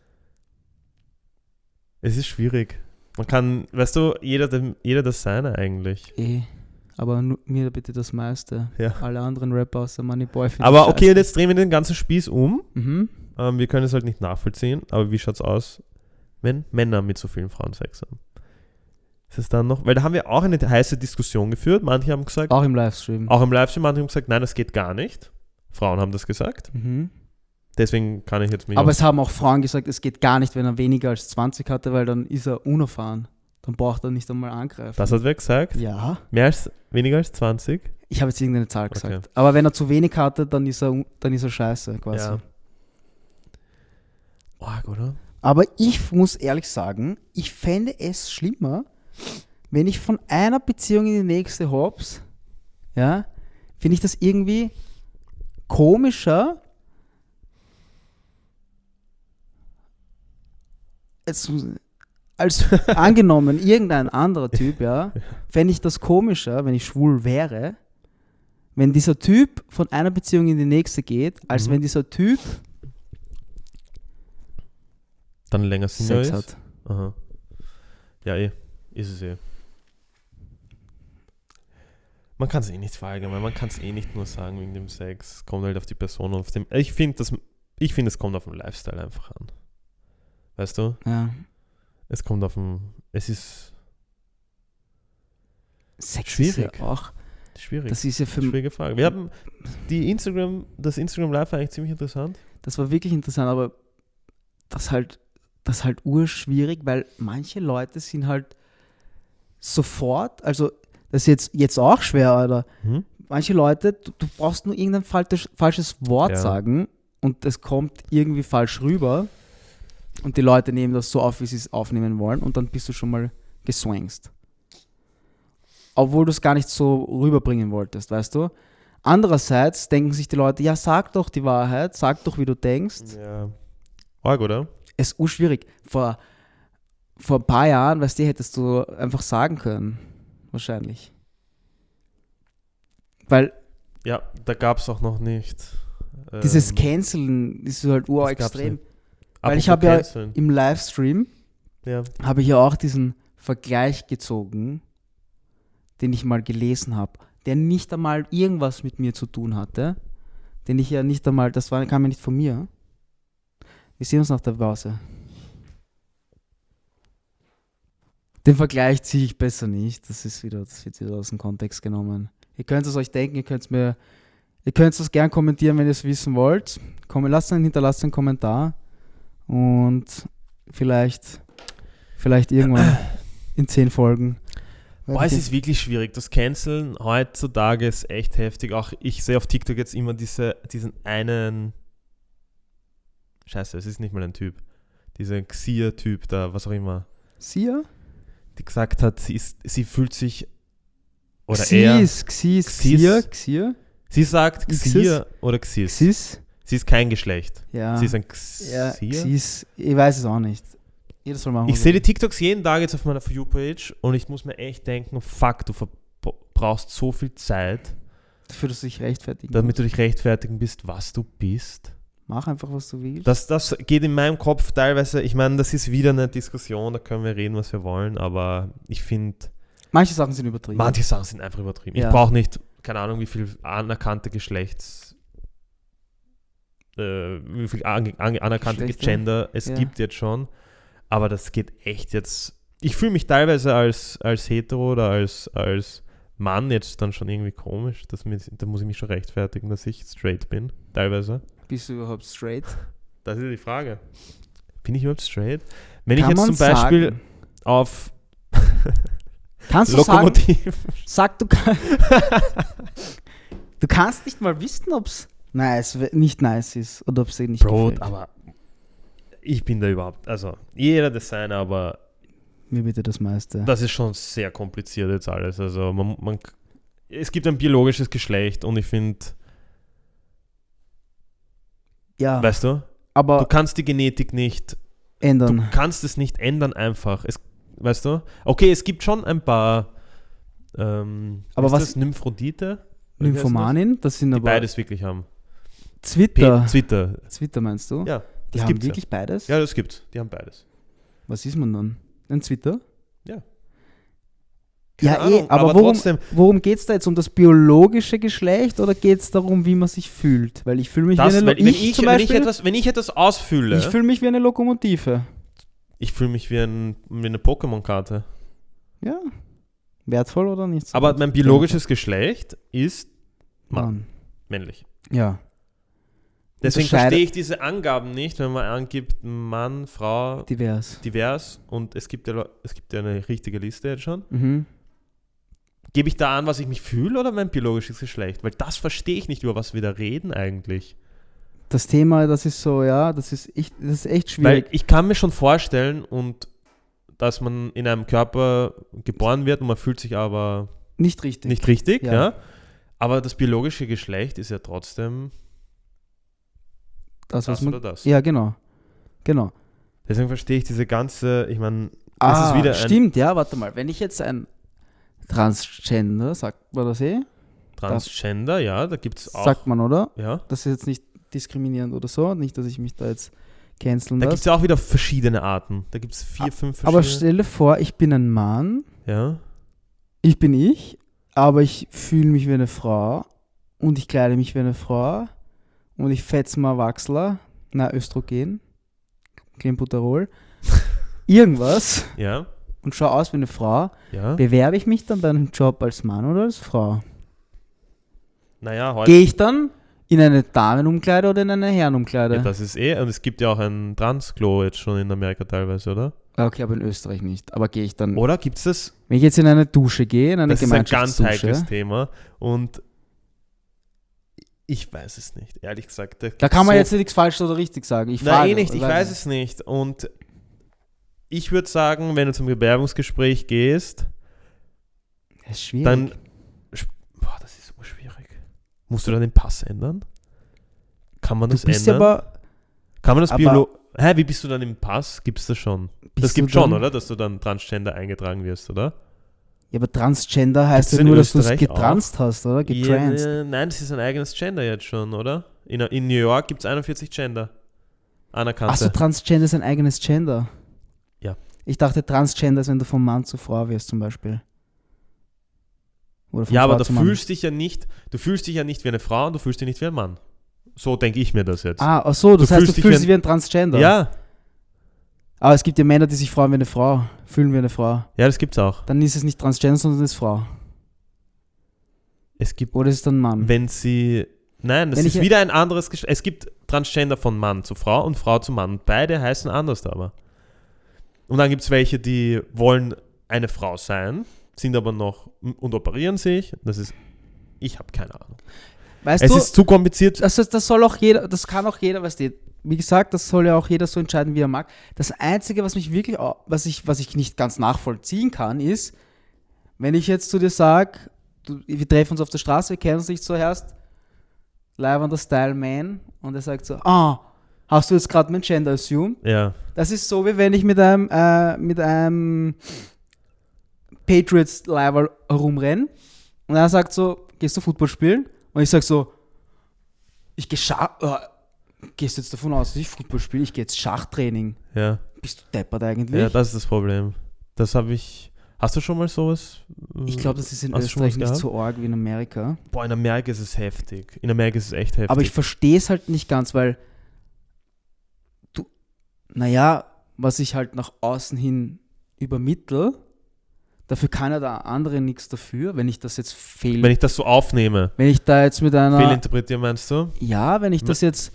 Es ist schwierig. Man kann, weißt du, jeder, dem- jeder das Seine eigentlich. eh, aber nur, mir bitte das meiste. Ja. Alle anderen Rapper außer Moneyboy finden Aber das okay, scheiße. und jetzt drehen wir den ganzen Spieß um. Mhm. Ähm, wir können es halt nicht nachvollziehen, aber wie schaut's aus, wenn Männer mit so vielen Frauen Sex haben? Ist es dann noch? Weil da haben wir auch eine heiße Diskussion geführt. Manche haben gesagt, Auch im Livestream. auch im Livestream, manche haben gesagt, nein, das geht gar nicht. Frauen haben das gesagt. Mhm. Deswegen kann ich jetzt mich. Aber auch- es haben auch Frauen gesagt, es geht gar nicht, wenn er weniger als zwanzig hatte, weil dann ist er unerfahren. Dann braucht er nicht einmal angreifen. das hat wer gesagt? ja. Mehr als, weniger als zwanzig? Ich habe jetzt irgendeine Zahl Okay. gesagt. Aber wenn er zu wenig hatte, dann ist er, un- dann ist er scheiße quasi. Ja. Org, oder? Aber ich muss ehrlich sagen, ich fände es schlimmer, wenn ich von einer Beziehung in die nächste hops, ja, finde ich das irgendwie komischer, als, als angenommen irgendein anderer Typ, ja, fände ich das komischer, wenn ich schwul wäre, wenn dieser Typ von einer Beziehung in die nächste geht, als Mhm. wenn dieser Typ Dann länger Single Sex ist? hat. Aha. Ja, eh. Ist es eh. Man kann es eh nicht verallgemeinern, man kann es eh nicht nur sagen wegen dem Sex. Es kommt halt auf die Person und auf dem. Ich finde, das, ich finde, es kommt auf den Lifestyle einfach an. Weißt du? Ja. Es kommt auf den. Es ist Sex Schwierig. ist ja auch. schwierig. Das ist ja für Schwierige Frage. Wir haben die Instagram, das Instagram Live war eigentlich ziemlich interessant. Das war wirklich interessant, aber das halt, das halt urschwierig, weil manche Leute sind halt sofort, also das ist jetzt, jetzt auch schwer, Alter. Mhm. Manche Leute, du, du brauchst nur irgendein falsches, falsches Wort Ja. sagen und es kommt irgendwie falsch rüber und die Leute nehmen das so auf, wie sie es aufnehmen wollen und dann bist du schon mal geswangst. Obwohl du es gar nicht so rüberbringen wolltest, weißt du? Andererseits denken sich die Leute, ja, sag doch die Wahrheit, sag doch, wie du denkst. Ja. Org, oder? Es ist urschwierig. Vor, vor ein paar Jahren, weißt du, hättest du einfach sagen können. Wahrscheinlich. Weil, Ja, da gab es auch noch nicht Ähm, Dieses Canceln ist halt das gab's urextrem. nicht. Weil Apropos ich habe ja canceln. im Livestream, Ja. habe ich ja auch diesen Vergleich gezogen, den ich mal gelesen habe, der nicht einmal irgendwas mit mir zu tun hatte, den ich ja nicht einmal, das war, kam ja nicht von mir. Wir sehen uns nach der Pause. Den Vergleich ziehe ich besser nicht, das ist wieder, das wird wieder aus dem Kontext genommen. Ihr könnt es euch denken, ihr könnt es mir, ihr könnt es gern kommentieren, wenn ihr es wissen wollt. Komm, lasst einen, hinterlasst einen Kommentar und vielleicht, vielleicht irgendwann in zehn Folgen. Boah, es ist wirklich schwierig. Das Canceln heutzutage ist echt heftig. Auch ich sehe auf TikTok jetzt immer diese, diesen einen. Scheiße, es ist nicht mal ein Typ. Dieser Xia-Typ da, was auch immer. Sia? Die gesagt hat, sie, ist, sie fühlt sich. Oder er. Xis, Xis, Xis. Xia, Xia, Sie sagt Xis. Xia oder Xis. Xis. Sie ist kein Geschlecht. Ja. Sie ist ein Ja, Xia. Xis. Ich weiß es auch nicht. Jeder soll machen. Ich was sehe er die TikToks jeden Tag jetzt auf meiner For You-Page und ich muss mir echt denken, fuck, du ver- brauchst so viel Zeit, will. Dafür, dass du dich rechtfertigen damit du dich rechtfertigen bist, was du bist. Mach einfach, was du willst. Das, das geht in meinem Kopf teilweise, ich meine, das ist wieder eine Diskussion, da können wir reden, was wir wollen, aber ich finde, Manche Sachen sind übertrieben. manche Sachen sind einfach übertrieben. Ja. Ich brauche nicht, keine Ahnung, wie viel anerkannte Geschlechts, äh, wie viel an, an, anerkannte Geschlechter? Gender es Ja. gibt jetzt schon, aber das geht echt jetzt, ich fühle mich teilweise als, als hetero oder als, als Mann jetzt dann schon irgendwie komisch, dass mir, da muss ich mich schon rechtfertigen, dass ich straight bin, teilweise. Bist du überhaupt straight? Das ist ja die Frage. Bin ich überhaupt straight? Wenn Kann ich jetzt zum man's Beispiel sagen? auf Kannst du sagen, Lokomotiv. sag du kann, du kannst nicht mal wissen, ob es nice, nicht nice ist oder ob es dir nicht Bro, gefällt. aber ich bin da überhaupt, also jeder Designer, aber Mir bitte das meiste. das ist schon sehr kompliziert jetzt alles. Also man, man es gibt ein biologisches Geschlecht und ich finde, ja, weißt du, du aber kannst die Genetik nicht, du ändern. kannst es nicht ändern einfach. Es, weißt du? Okay, es gibt schon ein paar ähm, Aber ist was- das? Nymphrodite? Oder wie heißt Nymphomanin, das sind das? Die aber beides wirklich haben. Zwitter. Pe- Twitter. Zwitter meinst du? Ja, Die das haben gibt's wirklich beides? ja. Ja, das gibt's. Die haben beides. Was ist man dann? Ein Twitter? Ja. Ja, Keine eh, Ahnung, aber, aber worum, trotzdem- worum geht es da jetzt? Um das biologische Geschlecht oder geht es darum, wie man sich fühlt? Weil ich fühle mich Das, wie eine wenn, Lo- wenn, ich, zum wenn, ich Beispiel, etwas, wenn ich etwas ausfühle, ich fühle mich wie eine Lokomotive. ich fühle mich wie, ein, wie eine Pokémon-Karte. Ja. Wertvoll oder nicht? so Aber gut? mein biologisches Geschlecht ist Mann, Mann. männlich. Ja. Deswegen Unterscheide- verstehe ich diese Angaben nicht, wenn man angibt Mann, Frau, Divers. divers und es gibt ja, Leu- es gibt ja eine richtige Liste jetzt schon. Mhm. Gebe ich da an, was ich mich fühle oder mein biologisches Geschlecht? Weil das verstehe ich nicht, über was wir da reden eigentlich. Das Thema, das ist so, ja, das ist echt, das ist echt Weil schwierig. ich kann mir schon vorstellen, und dass man in einem Körper geboren wird und man fühlt sich aber Nicht richtig. nicht richtig, Ja. ja. Aber das biologische Geschlecht ist ja trotzdem das, was das man, oder das. ja, genau. Genau. Deswegen verstehe ich diese ganze, ich meine, Ah, ist wieder ein- stimmt, ja, warte mal. Wenn ich jetzt ein Transgender, sagt man das eh? Transgender, ja, da gibt es auch. Sagt man, oder? Ja. Das ist jetzt nicht diskriminierend oder so. Nicht, dass ich mich da jetzt canceln Da gibt lasse. es ja auch wieder verschiedene Arten. Da gibt es vier, fünf Aber verschiedene. stell dir vor, ich bin ein Mann, Ja. ich bin ich, aber ich fühle mich wie eine Frau und ich kleide mich wie eine Frau und ich fetze mal Wachsler, na Östrogen, Clenbuterol, irgendwas Ja. und schaue aus wie eine Frau. Ja. Bewerbe ich mich dann bei einem Job als Mann oder als Frau? Naja, heute. Gehe ich dann in eine Damenumkleide oder in eine Herrenumkleide? Ja, das ist eh, und es gibt ja auch ein Transklo jetzt schon in Amerika teilweise, oder? Okay, aber in Österreich nicht. Aber gehe ich dann, Oder gibt es das? wenn ich jetzt in eine Dusche gehe, in eine Das ist ein ganz Gemeinschaftsdusche, heikles Thema. Und ich weiß es nicht, ehrlich gesagt. da kann man so jetzt nichts falsch oder richtig sagen. Ich Nein, frage, eh nicht, ich weil- weiß es nicht. Und ich würde sagen, wenn du zum Bewerbungsgespräch gehst, Das ist schwierig. dann. sp- Boah, das ist so schwierig. Musst du dann den Pass ändern? Kann man du das bist ja ändern? aber, Kann man das aber- Biolo. Hä, wie bist du dann im Pass? Gibt es das schon? bist Das du gibt schon, dann- oder? Dass du dann Transgender eingetragen wirst, oder? Ja, aber Transgender heißt Gibt's ja in nur, dass du es Österreich getranst hast, oder? Getranst. Ja, nein, das ist ein eigenes Gender jetzt schon, oder? In, in New York gibt es einundvierzig Gender. Anerkannte. Achso, Transgender ist ein eigenes Gender. Ja. Ich dachte, Transgender ist, wenn du vom Mann zu Frau wirst zum Beispiel. Oder von Ja, Frau aber du zu Mann. fühlst dich ja nicht, du fühlst dich ja nicht wie eine Frau und du fühlst dich nicht wie ein Mann. So denke ich mir das jetzt. Ah, ach so, das Du heißt, fühlst du dich fühlst wie dich wie ein Transgender. Ja, Aber es gibt ja Männer, die sich freuen wie eine Frau, fühlen wie eine Frau. ja, das gibt's auch. Dann ist es nicht Transgender, sondern es ist Frau. Es gibt, Oder ist es dann Mann? wenn sie, nein, das Wenn ist ich- wieder ein anderes Geschlecht. Es gibt Transgender von Mann zu Frau und Frau zu Mann. Beide heißen anders aber. Und dann gibt es welche, die wollen eine Frau sein, sind aber noch und operieren sich. Das ist, ich habe keine Ahnung. Weißt Es du, ist zu kompliziert. das, ist- das soll auch jeder, das kann auch jeder, weißt du, wie gesagt, das soll ja auch jeder so entscheiden, wie er mag. Das Einzige, was mich wirklich, au- was ich, was ich nicht ganz nachvollziehen kann, ist, wenn ich jetzt zu dir sage, wir treffen uns auf der Straße, wir kennen uns nicht so erst, live on the Style Man, und er sagt so, ah, hast du jetzt gerade mein Gender assumed? Ja, Das ist so, wie wenn ich mit einem, äh, mit einem Patriots-Leiber herumrenne und er sagt so, gehst du Football spielen? Und ich sag so, ich gehe Schach, äh, gehst du jetzt davon aus, dass ich Football spiele? Ich gehe jetzt Schachtraining. ja, Bist du deppert eigentlich? ja, das ist das Problem. Das habe ich. Hast du schon mal sowas? ich glaube, das ist in Hast du schon Österreich was nicht gehabt? so arg wie in Amerika. Boah, in Amerika ist es heftig. In Amerika ist es echt heftig. Aber ich verstehe es halt nicht ganz, weil du, naja, was ich halt nach außen hin übermittle, dafür kann ja der andere nichts dafür, wenn ich das jetzt fehl, Wenn ich das so aufnehme, wenn ich da jetzt mit einer, fehlinterpretiere, meinst du? ja, wenn ich das jetzt,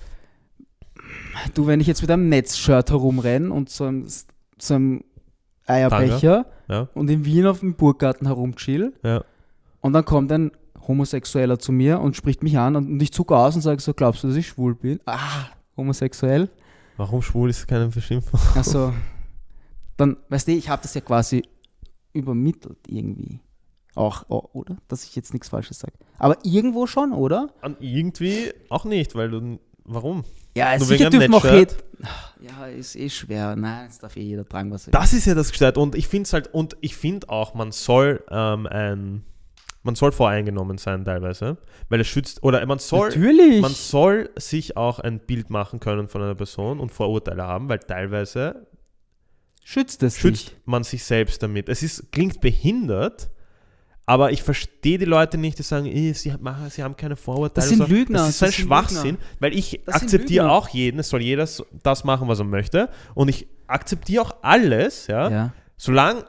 du, wenn ich jetzt mit einem Netzshirt herumrenne und so einem, so einem Eierbecher Ja, und in Wien auf dem Burggarten herumchill ja. und dann kommt ein Homosexueller zu mir und spricht mich an und ich zucke aus und sage so, glaubst du, dass ich schwul bin? Ah, homosexuell. Warum schwul ist keine Beschimpfung? Also, dann, weißt du, ich habe das ja quasi übermittelt irgendwie. Auch, oh, oder? Dass ich jetzt nichts Falsches sage. Aber irgendwo schon, oder? An irgendwie auch nicht, weil du. Warum? Ja, Nur sicher wegen einem dürfen auch Netshirt? Hate. Ja, ist eh schwer. Nein, es darf eh jeder tragen, was er will. Das ist ja das Gestört. Und ich finde es halt, und ich finde auch, man soll ähm, ein. Man soll voreingenommen sein teilweise, weil es schützt, oder man soll, Natürlich. man soll sich auch ein Bild machen können von einer Person und Vorurteile haben, weil teilweise schützt es schützt dich. man sich selbst damit. Es ist, klingt behindert, aber ich verstehe die Leute nicht, die sagen, eh, sie, machen, sie haben keine Vorurteile. Das sind so. Lügner, Das ist so ein das sind Schwachsinn, Lügner. weil ich Das sind akzeptiere Lügner. auch jeden, es soll jeder so- das machen, was er möchte, und ich akzeptiere auch alles, ja, Ja. solange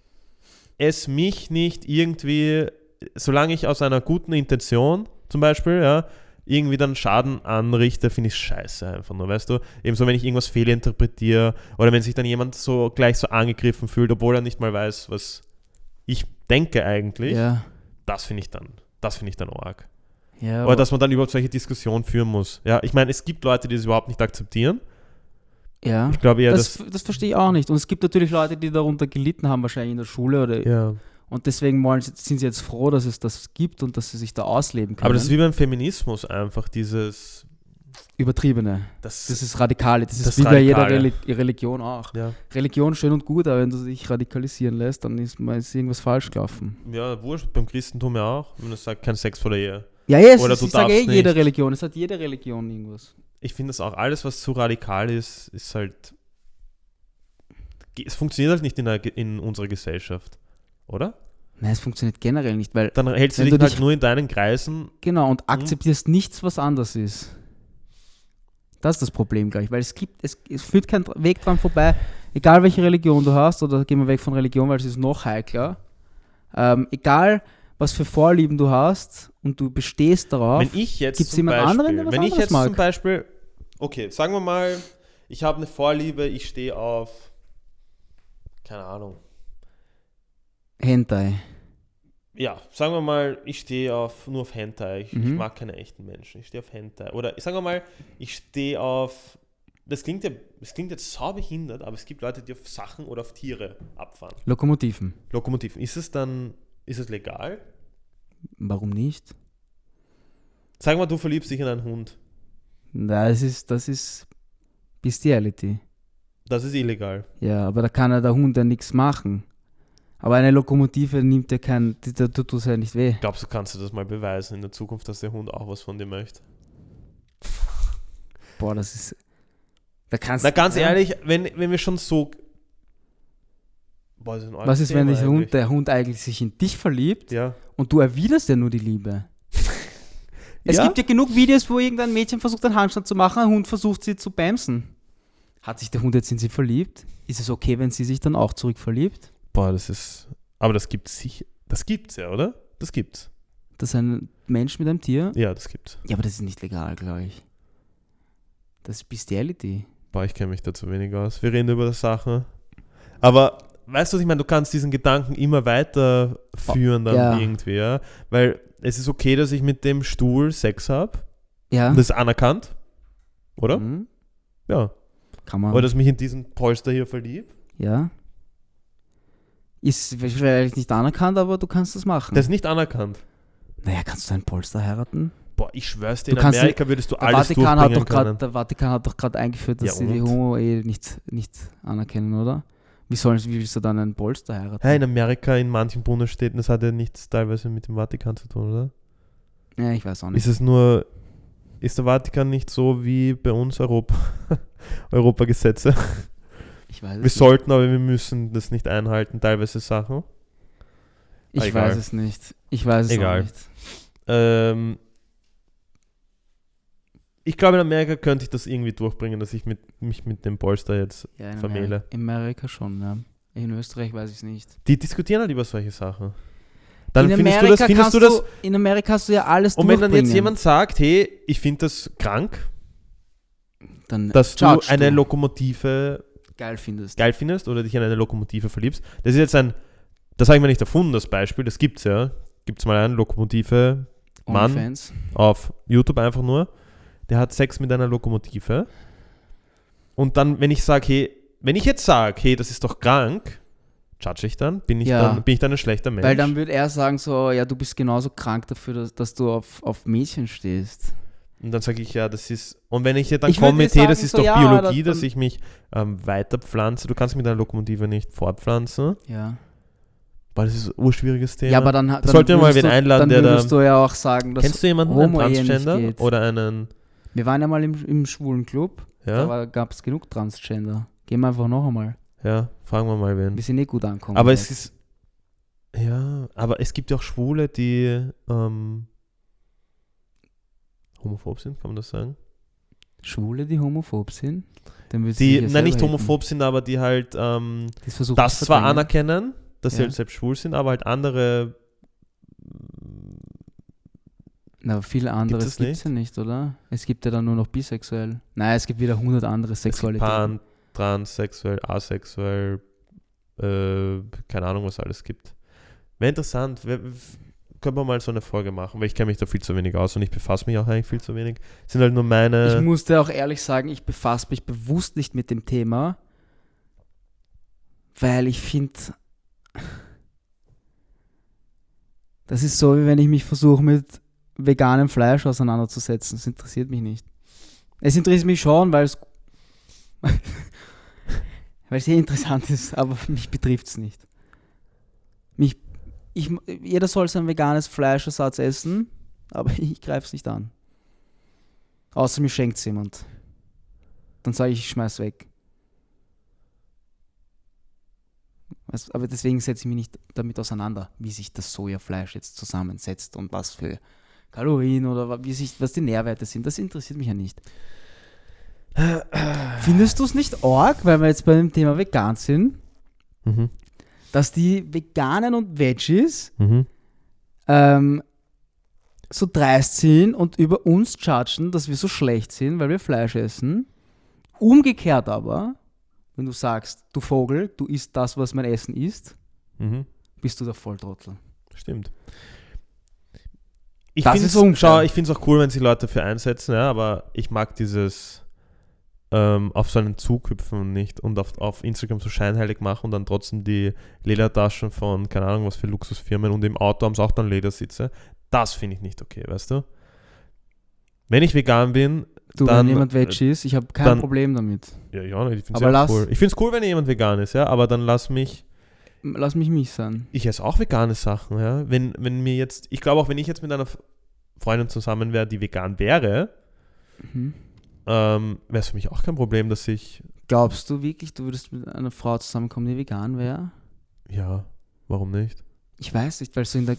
es mich nicht irgendwie, solange ich aus einer guten Intention zum Beispiel, ja, irgendwie dann Schaden anrichte, finde ich scheiße einfach nur, weißt du? Ebenso, wenn ich irgendwas fehlinterpretiere oder wenn sich dann jemand so gleich so angegriffen fühlt, obwohl er nicht mal weiß, was ich denke eigentlich, Ja. das finde ich dann, das finde ich dann arg. Ja, Oder dass man dann überhaupt solche Diskussionen führen muss. Ja, ich meine, es gibt Leute, die das überhaupt nicht akzeptieren. ja. Ich glaube eher, Das, dass... das verstehe ich auch nicht. Und es gibt natürlich Leute, die darunter gelitten haben, wahrscheinlich in der Schule. Oder Ja. Und deswegen wollen, sie- sind sie jetzt froh, dass es das gibt und dass sie sich da ausleben können. Aber das ist wie beim Feminismus einfach, dieses... Übertriebene. Das, Das ist radikale. Das ist Das wie bei jeder Radikale. Reli- Religion auch. ja. Religion schön und gut, aber wenn du dich radikalisieren lässt, dann ist, mal ist irgendwas falsch gelaufen. ja, wurscht, beim Christentum ja auch. Wenn man sagt, kein Sex vor der Ehe. Ja, yes, Oder ich du sage eh darfst jede nicht. Religion. Es hat jede Religion irgendwas. Ich finde das auch, alles, was zu radikal ist, ist halt... Es funktioniert halt nicht in, der, in unserer Gesellschaft, oder? Nein, es funktioniert generell nicht, weil, Dann hältst du Wenn dich du halt dich- nur in deinen Kreisen. genau, und akzeptierst nichts, was anders ist. Das ist das Problem gleich, weil es gibt, es, es führt kein Weg dran vorbei, egal welche Religion du hast, oder gehen wir weg von Religion, weil es ist noch heikler, ähm, egal was für Vorlieben du hast und du bestehst darauf, Wenn ich jetzt gibt's zum jemand Beispiel, anderen, der was wenn ich anderes jetzt mag? zum Beispiel, okay, sagen wir mal, ich habe eine Vorliebe, ich stehe auf, keine Ahnung, Hentai. ja, sagen wir mal, ich stehe auf, nur auf Hentai, ich, ich Mhm. mag keine echten Menschen, ich stehe auf Hentai. Oder sagen wir mal, ich stehe auf, das klingt ja, das klingt jetzt sau behindert, aber es gibt Leute, die auf Sachen oder auf Tiere abfahren. Lokomotiven. Lokomotiven, ist es dann, ist es legal? Warum nicht? Sag mal, du verliebst dich in einen Hund, Das ist, das ist Bestiality. das ist illegal. Ja, aber da kann ja der Hund ja nichts machen. Aber eine Lokomotive nimmt ja kein, die- da tut es ja nicht weh. Glaubst du, kannst du das mal beweisen in der Zukunft, dass der Hund auch was von dir möchte? boah, das ist, da kannst Na, ganz ja. ehrlich, wenn, wenn wir schon so... Boah, das ist ein Was ist, wenn Thema der Hund, eigentlich. der Hund eigentlich sich in dich verliebt Ja. und du erwiderst ja nur die Liebe? Es Ja? gibt ja genug Videos, wo irgendein Mädchen versucht, einen Handstand zu machen, ein Hund versucht, sie zu bämsen. Hat sich der Hund jetzt in sie verliebt? Ist es okay, wenn sie sich dann auch zurück verliebt? Boah, das ist... Aber das gibt's sicher... Das gibt's ja, oder? Das gibt's. Dass ein Mensch mit einem Tier... Ja, das gibt's. Ja, aber das ist nicht legal, glaube ich. Das ist Bestiality. Boah, ich kenne mich da zu wenig aus. Wir reden über das Sachen. Aber... Weißt du, was ich meine? Du kannst diesen Gedanken immer weiter führen dann Ja. irgendwie, ja? Weil es ist okay, dass ich mit dem Stuhl Sex habe. Ja. Und das ist anerkannt. Oder? Mhm. Ja. Kann man. Oder dass ich mich in diesen Polster hier verliebe. Ja. Ist vielleicht nicht anerkannt, aber du kannst das machen. Das ist nicht anerkannt. naja, kannst du einen Polster heiraten? Boah, ich schwör's dir, Du in kannst Amerika würdest du Der alles Vatikan, hat durchbringen doch grad, können. der Vatikan hat doch gerade eingeführt, dass Ja, sie die und? Homo-Ehe nicht, nicht anerkennen, oder? Wie, sollen, wie willst du dann einen Polster heiraten? Hey, in Amerika, in manchen Bundesstädten, das hat ja nichts teilweise mit dem Vatikan zu tun, oder? Ja, ich weiß auch nicht. Ist es nur, ist der Vatikan nicht so wie bei uns Europa, Europagesetze? Ich weiß Wir es sollten, aber wir müssen das nicht einhalten, teilweise Sachen. nicht. Ich egal. weiß es nicht. Ich weiß es Egal. auch nicht. Ähm, ich glaube, in Amerika könnte ich das irgendwie durchbringen, dass ich mit, mich mit dem Polster jetzt Ja, in vermähle. Amerika, in Amerika schon, ja. In Österreich weiß ich es nicht. Die diskutieren halt über solche Sachen. Dann in findest Amerika du das, findest kannst du das, in Amerika hast du ja alles und wenn dann jetzt durchbringen. jemand sagt, hey, ich finde das krank, dann dass du judgst eine du. Lokomotive geil findest. geil findest oder dich in eine Lokomotive verliebst. Das ist jetzt ein, das habe ich mir nicht erfunden, das Beispiel, das gibt's ja. Gibt's mal eine Lokomotive, Mann, OnlyFans. auf YouTube einfach nur, der hat Sex mit einer Lokomotive. Und dann, wenn ich sage, hey, wenn ich jetzt sage, hey, das ist doch krank, judge ich dann? Bin ich, Ja. dann, bin ich dann ein schlechter Mensch? Weil dann würde er sagen so, ja, du bist genauso krank dafür, dass, dass du auf, auf Mädchen stehst. Und dann sage ich, ja, das ist, und wenn ich jetzt dann Ich würd komme dir mit, hey, das sagen, ist so, doch ja, Biologie, das- dass ich mich ähm, weiterpflanze. Du kannst mit einer Lokomotive nicht fortpflanzen, Ja. weil das ist ein urschwieriges Thema. Ja, aber dann, dann sollten wir mal würdest wen du- einladen, dann der da- würdest du ja auch sagen, dass Kennst du jemanden, einen Homo-Ehe nicht Transgender geht. oder einen, Wir waren ja mal im, im schwulen Club, ja, da gab es genug Transgender. Gehen wir einfach noch einmal. ja, fragen wir mal wen. Wir sind eh gut angekommen. Aber jetzt. es ist, ja, aber es gibt ja auch Schwule, die ähm, homophob sind, kann man das sagen? Schwule, die homophob sind? Dann würdest du Die, dich ja nein, selber nicht haten. homophob sind, aber die halt ähm, Das, versuchen das zu zwar verdrängen. anerkennen, dass sie Ja. halt selbst schwul sind, aber halt andere. Na, aber viel anderes es gibt es ja nicht, oder? Es gibt ja dann nur noch bisexuell. Nein, es gibt wieder hundert andere Es gibt Sexualitäten. Pan, transsexuell, asexuell, äh, keine Ahnung, was alles gibt. Wäre interessant, wär, können wir mal so eine Folge machen, weil ich kenne mich da viel zu wenig aus und ich befasse mich auch eigentlich viel zu wenig. Das sind halt nur Ich meine. muss dir auch ehrlich sagen, ich befasse mich bewusst nicht mit dem Thema, weil ich finde, das ist so, wie wenn ich mich versuche, mit veganem Fleisch auseinanderzusetzen. Das interessiert mich nicht. Es interessiert mich schon, weil es weil es sehr interessant ist, aber mich betrifft es nicht. Mich, ich, jeder soll sein veganes Fleischersatz essen, aber ich greife es nicht an. Außer mir schenkt es jemand. Dann sage ich, ich schmeiß weg. Also, aber deswegen setze ich mich nicht damit auseinander, wie sich das Sojafleisch jetzt zusammensetzt und was für Kalorien oder wa- wie sich, was die Nährwerte sind. Das interessiert mich ja nicht. Findest du es nicht arg, weil wir jetzt bei dem Thema vegan sind, Mhm. dass die Veganen und Veggies Mhm. ähm, so dreist sind und über uns judgen, dass wir so schlecht sind, weil wir Fleisch essen. Umgekehrt aber, wenn du sagst, du Vogel, du isst das, was mein Essen ist, Mhm. bist du der Volltrottel. Stimmt. Ich Das finde ist unfair. schau, ich finde es auch cool, wenn sich Leute dafür einsetzen, ja, aber ich mag dieses ähm, auf so einen Zug hüpfen nicht und auf, auf Instagram so scheinheilig machen und dann trotzdem die Ledertaschen von, keine Ahnung, was für Luxusfirmen und im Auto haben sie auch dann Ledersitze. Das finde ich nicht okay, weißt du? Wenn ich vegan bin, Du, dann, wenn jemand Veggie ist, ich habe kein dann- Problem damit. ja, ja, ich finde Aber es lass- cool. Ich finde es cool, wenn jemand vegan ist, ja, aber dann lass mich, Lass mich mich sein. ich esse auch vegane Sachen, ja. Wenn, wenn mir jetzt, ich glaube auch, wenn ich jetzt mit einer Freundin zusammen wäre, die vegan wäre, Mhm. ähm, wäre es für mich auch kein Problem, dass ich, Glaubst du wirklich, du würdest mit einer Frau zusammenkommen, die vegan wäre? ja, warum nicht? Ich weiß nicht, weil so in der...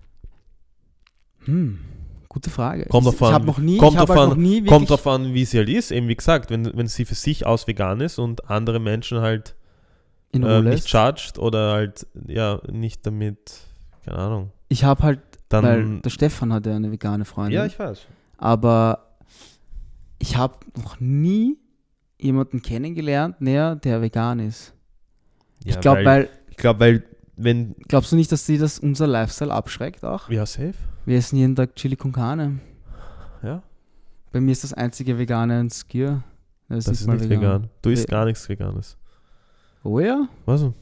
Hm, gute Frage. Kommt ich drauf an, ich habe noch nie, kommt ich hab drauf halt an- noch nie wirklich... Kommt drauf an, wie sie halt ist. Eben wie gesagt, wenn, wenn sie für sich aus vegan ist und andere Menschen halt in Ruhe äh, nicht lässt. charged oder halt, ja, nicht damit, keine Ahnung. Ich habe halt, Dann, weil der Stefan hat ja eine vegane Freundin, ja, ich weiß. aber ich habe noch nie jemanden kennengelernt, näher, der vegan ist. Ja, ich glaube, weil, ich glaube, weil, wenn, glaubst du nicht, dass die das unser Lifestyle abschreckt auch? ja, safe, Wir essen jeden Tag Chili con Carne. ja, Bei mir ist das einzige vegane ein Skier. Das, das ist nicht vegan. Du isst Ve- gar nichts Veganes. Oh ja? Was denn?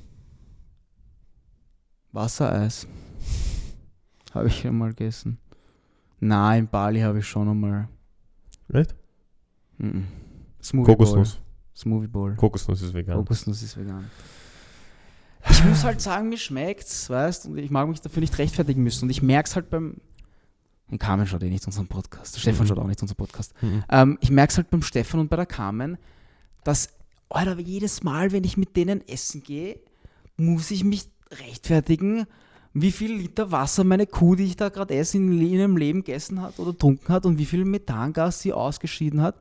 Wassereis. Habe ich einmal gegessen. Na, in Bali habe ich schon einmal. Echt? Mm-mm. Smoothie Kokosnuss. Bowl. Smoothie Bowl. Kokosnuss ist vegan. Kokosnuss ist vegan. Ich muss halt sagen, mir schmeckt's, weißt, und ich mag mich dafür nicht rechtfertigen müssen. Und ich merke es halt beim. Den Carmen schaut eh nicht unseren Podcast. Der Stefan Mhm. schaut auch nicht unseren Podcast. Mhm. Ähm, ich merke es halt beim Stefan und bei der Carmen, dass, Alter, jedes Mal, wenn ich mit denen essen gehe, muss ich mich rechtfertigen, wie viel Liter Wasser meine Kuh, die ich da gerade esse, in ihrem Leben gegessen hat oder getrunken hat und wie viel Methangas sie ausgeschieden hat.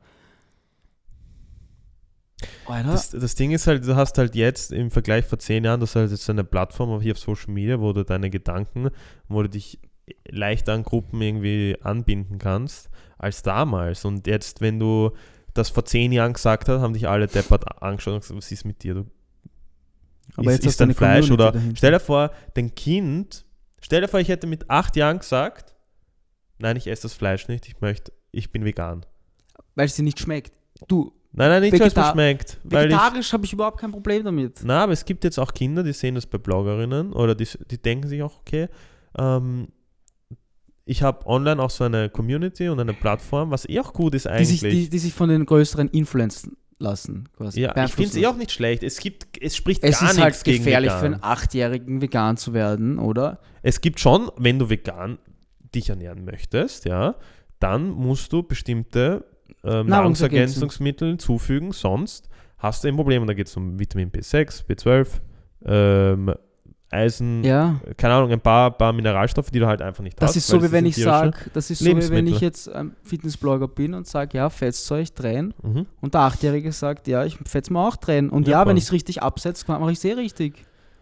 Alter, Das, das Ding ist halt, du hast halt jetzt im Vergleich vor zehn Jahren, das ist halt jetzt eine Plattform hier auf Social Media, wo du deine Gedanken, wo du dich leichter an Gruppen irgendwie anbinden kannst, als damals. Und jetzt, wenn du das vor zehn Jahren gesagt hast, haben dich alle deppert angeschaut und gesagt, was ist mit dir? Du aber ist, jetzt ist hast du dein eine Fleisch Community oder dahinter. stell dir vor, dein Kind, stell dir vor, ich hätte mit acht Jahren gesagt, nein, ich esse das Fleisch nicht, ich möchte, ich bin vegan. Weil es dir nicht schmeckt. Du, Nein, nein, nicht, weil es mir Vegeta- schmeckt. Weil ich, vegetarisch habe ich überhaupt kein Problem damit. na, aber es gibt jetzt auch Kinder, die sehen das bei Bloggerinnen oder die, die denken sich auch, okay, ähm, ich habe online auch so eine Community und eine Plattform, was eh auch gut ist Die eigentlich. sich, die, die sich von den größeren influenzen lassen. Quasi. ja, ich finde es eh auch nicht schlecht. Es gibt, es spricht Es gar ist nichts halt gegen gefährlich vegan. für einen Achtjährigen vegan zu werden, oder? Es gibt schon, wenn du vegan dich ernähren möchtest, ja, dann musst du bestimmte ähm, Nahrungsergänzungsmittel zufügen, sonst hast du ein Problem. Und da geht es um Vitamin B sechs, B zwölf, ähm, Eisen, Ja. keine Ahnung, ein paar, paar Mineralstoffe, die du halt einfach nicht Das hast. ist so, weil wie wenn sind ich tierische sage, das ist so, wie wenn Lebensmittel. ich jetzt ein Fitnessblogger bin und sage, ja, fetzt euch, drehen. Mhm. Und der Achtjährige sagt, ja, ich fetz mir auch drehen. Und Ja, ja, voll. wenn ich es richtig absetze, mache ich es eh richtig.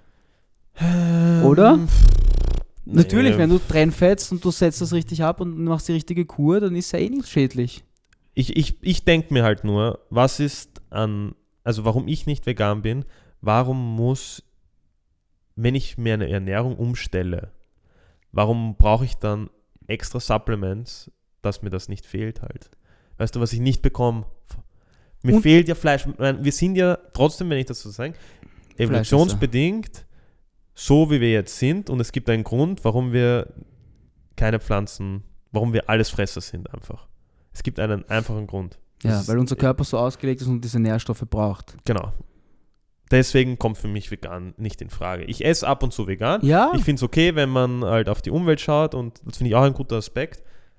Ähm, Oder? nee. Natürlich, wenn du drin fetzt und du setzt das richtig ab und machst die richtige Kur, dann ist ja eh nicht schädlich. Ich, ich, ich denke mir halt nur, was ist an, also warum ich nicht vegan bin, warum muss, wenn ich mir eine Ernährung umstelle, warum brauche ich dann extra Supplements, dass mir das nicht fehlt halt? Weißt du, was ich nicht bekomme? Mir Und- fehlt ja Fleisch. Ich meine, wir sind ja trotzdem, wenn ich das so sage, evolutionsbedingt so, wie wir jetzt sind und es gibt einen Grund, warum wir keine Pflanzen, warum wir alles Fresser sind einfach. Es gibt einen einfachen Grund. Das Ja, ist- weil unser Körper so ausgelegt ist und diese Nährstoffe braucht. Genau. Deswegen kommt für mich vegan nicht in Frage. Ich esse ab und zu vegan. Ja, Ich finde es okay, wenn man halt auf die Umwelt schaut und das finde ich auch ein guter Aspekt.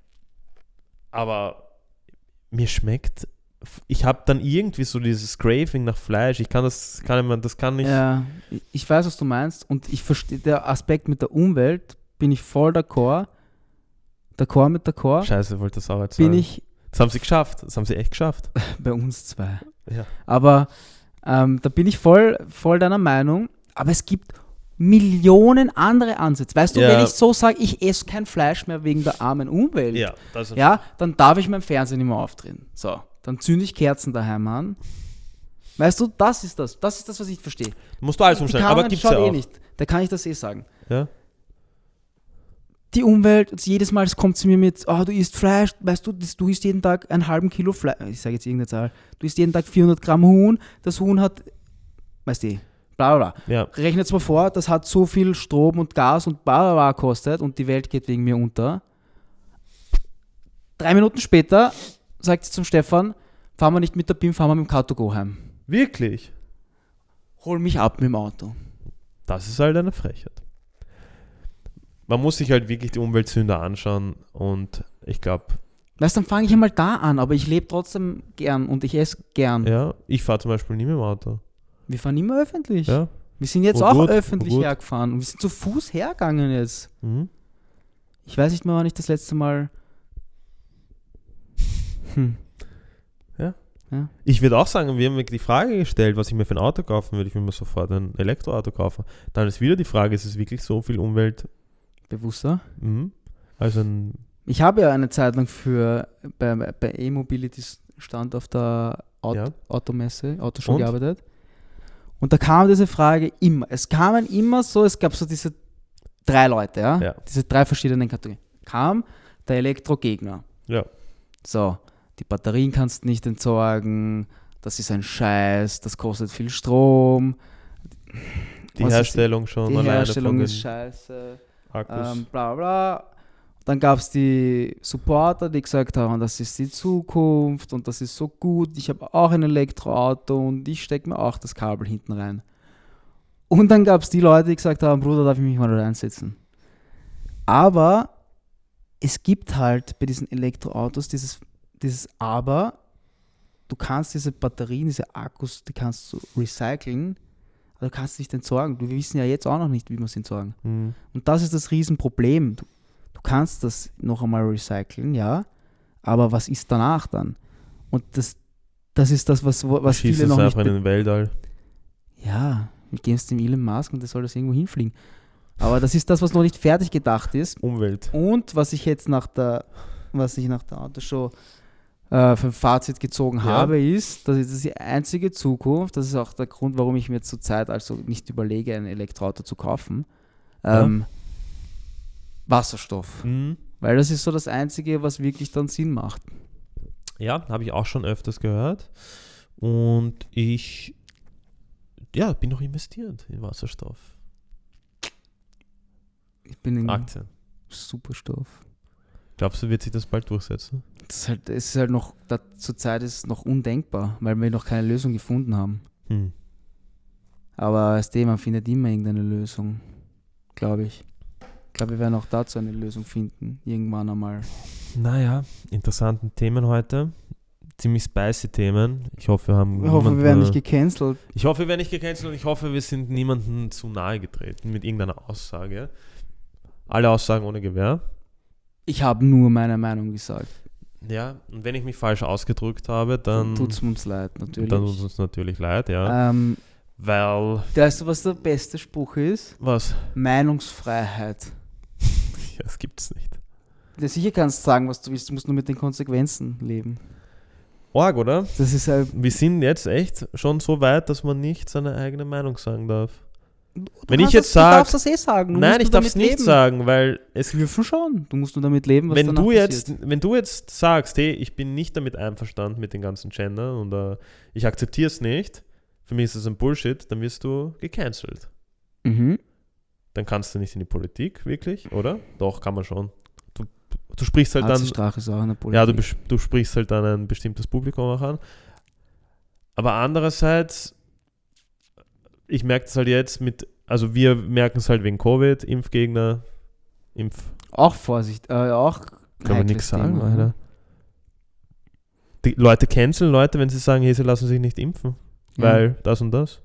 Aber mir schmeckt, ich habe dann irgendwie so dieses Craving nach Fleisch. Ich kann das, kann man, das kann nicht. ja, ich- ich weiß, was du meinst und ich verstehe, der Aspekt mit der Umwelt bin ich voll d'accord. D'accord mit d'accord. Scheiße, wollte das auch jetzt Bin sagen. ich Das haben sie geschafft. Das haben sie echt geschafft. bei uns zwei. Ja. Aber ähm, da bin ich voll, voll deiner Meinung. Aber es gibt Millionen andere Ansätze. Weißt du, Ja. wenn ich so sage, ich esse kein Fleisch mehr wegen der armen Umwelt, Ja, das ist ja, dann darf ich mein Fernsehen nicht mehr aufdrehen. So, dann zünde ich Kerzen daheim an. Weißt du, das ist das. Das ist das, was ich verstehe. musst du alles Die umstellen. Carmen Aber gibt's schaut ja eh auch. nicht. Da kann ich das eh sagen. Ja? Die Umwelt, also jedes Mal kommt sie mir mit, oh, du isst Fleisch, weißt du, das, du isst jeden Tag einen halben Kilo Fleisch, ich sage jetzt irgendeine Zahl, du isst jeden Tag vierhundert Gramm Huhn, das Huhn hat, weißt du, bla bla bla. Ja. Rechnet mal vor, das hat so viel Strom und Gas und bla bla bla kostet und die Welt geht wegen mir unter. Drei Minuten später sagt sie zum Stefan, fahren wir nicht mit der B I M, fahren wir mit dem Car to Go heim. Wirklich? Hol mich ab mit dem Auto. Das ist halt eine Frechheit. Man muss sich halt wirklich die Umweltsünder anschauen und ich glaube, Weißt du, dann fange ich einmal da an, aber ich lebe trotzdem gern und ich esse gern. Ja, ich fahre zum Beispiel nie mit dem Auto. Wir fahren immer öffentlich. Ja. Wir sind jetzt Oh, auch gut, öffentlich oh, gut. hergefahren und wir sind zu Fuß hergegangen jetzt. Mhm. Ich weiß nicht mehr, wann ich das letzte Mal... Hm. Ich würde auch sagen, wir haben mir die Frage gestellt, was ich mir für ein Auto kaufen würde. Ich würde mir sofort ein Elektroauto kaufen. Dann ist wieder die Frage, ist es wirklich so viel Umwelt? Bewusster. Mhm. Also ein, Ich habe ja eine Zeit lang für bei, bei E-Mobility Stand auf der Aut- Ja. Automesse, Autoshow Und? gearbeitet. Und da kam diese Frage immer. Es kamen immer so, es gab so diese drei Leute, ja, Ja. diese drei verschiedenen Kategorien. Kam der Elektrogegner. ja. So, die Batterien kannst du nicht entsorgen, das ist ein Scheiß, das kostet viel Strom. Die Was ist- Herstellung schon Die alleine Herstellung von den ist scheiße. Akkus. Ähm, bla bla. Dann gab es die Supporter, die gesagt haben, das ist die Zukunft und das ist so gut. Ich habe auch ein Elektroauto und ich stecke mir auch das Kabel hinten rein. Und dann gab es die Leute, die gesagt haben, Bruder, darf ich mich mal da reinsetzen? Aber es gibt halt bei diesen Elektroautos dieses, dieses Aber, du kannst diese Batterien, diese Akkus, die kannst du recyceln, aber du kannst sie nicht entsorgen. Wir wissen ja jetzt auch noch nicht, wie wir sie entsorgen. Mhm. Und das ist das Riesenproblem. Du, du kannst das noch einmal recyceln, ja, aber was ist danach dann? Und das, das ist das, was, was Schießt viele es noch nicht... einfach in be- den Weltall. Ja, wir geben es dem Elon Musk und der soll das irgendwo hinfliegen. Aber das ist das, was noch nicht fertig gedacht ist. Umwelt. Und was ich jetzt nach der, was ich nach der Autoshow äh, für ein Fazit gezogen Ja. habe, ist, dass das ist die einzige Zukunft, das ist auch der Grund, warum ich mir zurzeit also nicht überlege, ein Elektroauto zu kaufen, ähm, Wasserstoff. Mhm. Weil das ist so das Einzige, was wirklich dann Sinn macht. Ja, habe ich auch schon öfters gehört. Und ich ja, bin noch investiert in Wasserstoff. Ich bin in Aktien. Superstoff. Glaubst du, wird sich das bald durchsetzen? Das ist halt, es ist halt noch, da, zurzeit ist es noch undenkbar, weil wir noch keine Lösung gefunden haben. Hm. Aber als dem, man findet immer irgendeine Lösung, glaube ich. Ich glaube, wir werden auch dazu eine Lösung finden, irgendwann einmal. Naja, interessanten Themen heute. Ziemlich spicy Themen. Ich hoffe, wir haben Ich hoffe, wir niemanden- werden nicht gecancelt. Ich hoffe, wir werden nicht gecancelt und ich hoffe, wir sind niemandem zu nahe getreten mit irgendeiner Aussage. Alle Aussagen ohne Gewähr. Ich habe nur meine Meinung gesagt. Ja, und wenn ich mich falsch ausgedrückt habe, dann Tut es uns leid, natürlich. dann tut es uns natürlich leid, ja. ähm, Weil, weißt du, was der beste Spruch ist? was? Meinungsfreiheit. Ja, das gibt's nicht. Ja, sicher kannst du sagen, was du willst, du musst nur mit den Konsequenzen leben. Org, oder? Das ist halt, Wir sind jetzt echt schon so weit, dass man nicht seine eigene Meinung sagen darf. du Wenn ich kannst jetzt das, sag- Du darfst das eh sagen. Du Nein, musst ich nur darf es damit nicht leben. sagen, weil es Wir dürfen schon. Du musst nur damit leben, was wenn danach du jetzt, passiert. wenn du jetzt sagst, hey, ich bin nicht damit einverstanden mit den ganzen Gendern und äh, ich akzeptiere es nicht, für mich ist das ein Bullshit, dann wirst du gecancelt. Mhm. Dann kannst du nicht in die Politik, wirklich, oder? Doch, kann man schon. Du, du sprichst halt dann, Strache ist auch in der Politik. ja, du, bes- du sprichst halt dann ein bestimmtes Publikum auch an. Aber andererseits, ich merke es halt jetzt mit, also wir merken es halt wegen Covid, Impfgegner, Impf, Auch Vorsicht, äh, auch kann man heikles nichts sagen, Thema, Alter. Die Leute canceln Leute, wenn sie sagen, hey, sie lassen sich nicht impfen, Ja. weil das und das.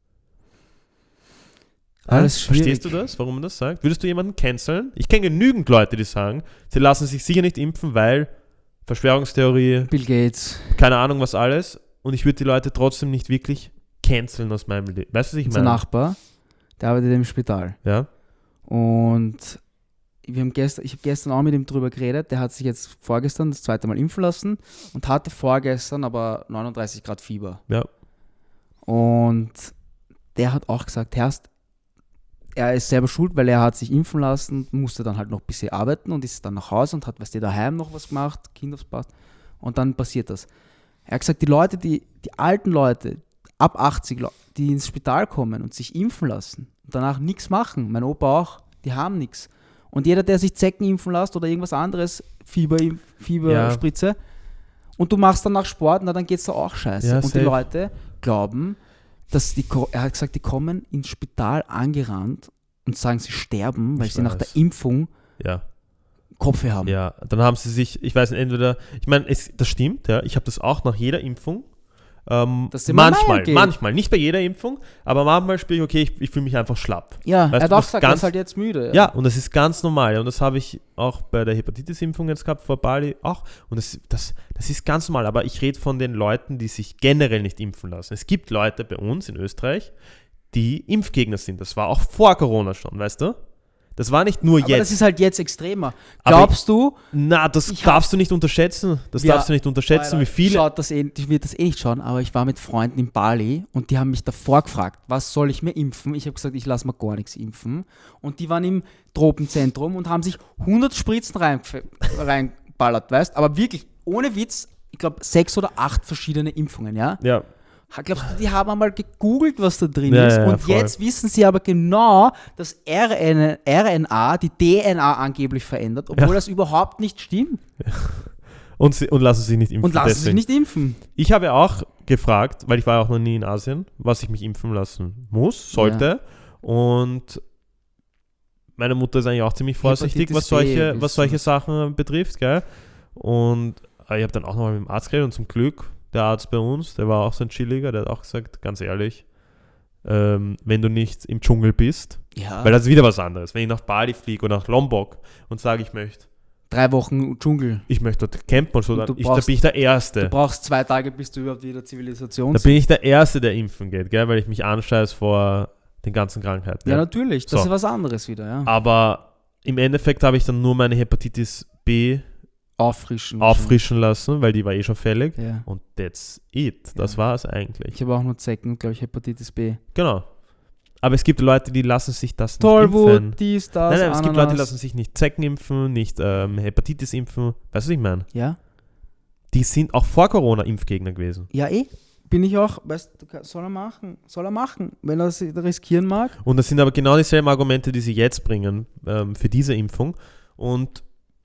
Alles Hä? schwierig. Verstehst du das, warum man das sagt? Würdest du jemanden canceln? Ich kenne genügend Leute, die sagen, sie lassen sich sicher nicht impfen, weil Verschwörungstheorie, Bill Gates, keine Ahnung was alles, und ich würde die Leute trotzdem nicht wirklich canceln aus meinem Leben. Weißt du, was ich unser meine? Nachbar, der arbeitet im Spital. Ja? Und wir haben gestern, ich habe gestern auch mit ihm drüber geredet. Der hat sich jetzt vorgestern das zweite Mal impfen lassen und hatte vorgestern aber neununddreißig Grad Fieber. Ja. Und der hat auch gesagt, Herrst, er ist selber schuld, weil er hat sich impfen lassen, musste dann halt noch ein bisschen arbeiten und ist dann nach Hause und hat, weißt du, daheim noch was gemacht, Kind aufs Bad. Und dann passiert das. Er hat gesagt, die Leute, die, die alten Leute, ab achtzig, Le- die ins Spital kommen und sich impfen lassen und danach nichts machen, mein Opa auch, die haben nichts. Und jeder, der sich Zecken impfen lässt oder irgendwas anderes, Fieber, Fieberspritze, und du machst danach Sport, na, dann geht es da auch scheiße. Ja, und safe. die Leute glauben, dass die, ko- er hat gesagt, die kommen ins Spital angerannt und sagen, sie sterben, weil Ich sie nach der weiß. Impfung Ja. Kopfweh haben. Ja, dann haben sie sich, ich weiß nicht, entweder, ich meine, es, das stimmt, ja, ich habe das auch nach jeder Impfung. Ähm, Dass dir mal manchmal, Meier geht. manchmal, nicht bei jeder Impfung, aber manchmal spüre ich, okay, ich, ich fühle mich einfach schlapp. Ja, Weißt er du, hat auch das gesagt, er ganz- ist halt jetzt müde. Ja, und das ist ganz normal. Und das habe ich auch bei der Hepatitis-Impfung jetzt gehabt, vor Bali auch. Und das, das, das ist ganz normal. Aber ich rede von den Leuten, die sich generell nicht impfen lassen. Es gibt Leute bei uns in Österreich, die Impfgegner sind. Das war auch vor Corona schon, weißt du? Das war nicht nur Aber jetzt. das ist halt jetzt extremer. Aber Glaubst du, Na, das Ich hab- darfst du nicht unterschätzen. Das Ja, darfst du nicht unterschätzen, wie viele. Schaut das eh, ich will das eh nicht schauen, aber ich war mit Freunden in Bali und die haben mich davor gefragt, was soll ich mir impfen? Ich habe gesagt, ich lasse mir gar nichts impfen. Und die waren im Tropenzentrum und haben sich hundert Spritzen reingef- reingeballert, weißt? Aber wirklich, ohne Witz, ich glaube, sechs oder acht verschiedene Impfungen, ja? Ja, Ha- Glaubst du, die haben einmal gegoogelt, was da drin Ja, ist? ja, ja, und voll. jetzt wissen sie aber genau, dass R N R N A die D N A angeblich verändert, obwohl Ja. das überhaupt nicht stimmt. und, sie, und lassen sich nicht impfen. Und lassen sich deswegen. nicht impfen. Ich habe ja auch gefragt, weil ich war ja auch noch nie in Asien, was ich mich impfen lassen muss, sollte. Und meine Mutter ist eigentlich auch ziemlich vorsichtig, Hepatitis was B solche, ist was solche das. Sachen betrifft, gell? Und äh, ich habe dann auch nochmal mit dem Arzt geredet und zum Glück, der Arzt bei uns, der war auch so ein Chilliger, der hat auch gesagt, ganz ehrlich, ähm, wenn du nicht im Dschungel bist, Ja. weil das ist wieder was anderes. Wenn ich nach Bali fliege oder nach Lombok und sage, ich möchte, Drei Wochen Dschungel. ich möchte dort campen und so, Und dann du ich, da brauchst- bin ich der Du Erste. brauchst zwei Tage, bis du überhaupt wieder Zivilisation Da bin ich der Erste, der impfen geht, gell? Weil ich mich anscheiß vor den ganzen Krankheiten. Ja, Ja. natürlich. Das So. ist was anderes wieder, ja. Aber im Endeffekt habe ich dann nur meine Hepatitis B Auffrischen. auffrischen lassen, weil die war eh schon fällig. Ja. Und that's it. Das Ja. war es eigentlich. Ich habe auch nur Zecken, glaube ich, Hepatitis B. Genau. Aber es gibt Leute, die lassen sich das nicht Tollwut, impfen. dies, das, Nein, nein, es gibt Ananas. Leute, die lassen sich nicht Zecken impfen, nicht ähm, Hepatitis impfen. Weißt du, was ich meine? Ja? Die sind auch vor Corona Impfgegner gewesen. Ja, eh. Bin ich auch. Weißt du, soll er machen. Soll er machen. Wenn er es riskieren mag. Und das sind aber genau dieselben Argumente, die sie jetzt bringen ähm, für diese Impfung. Und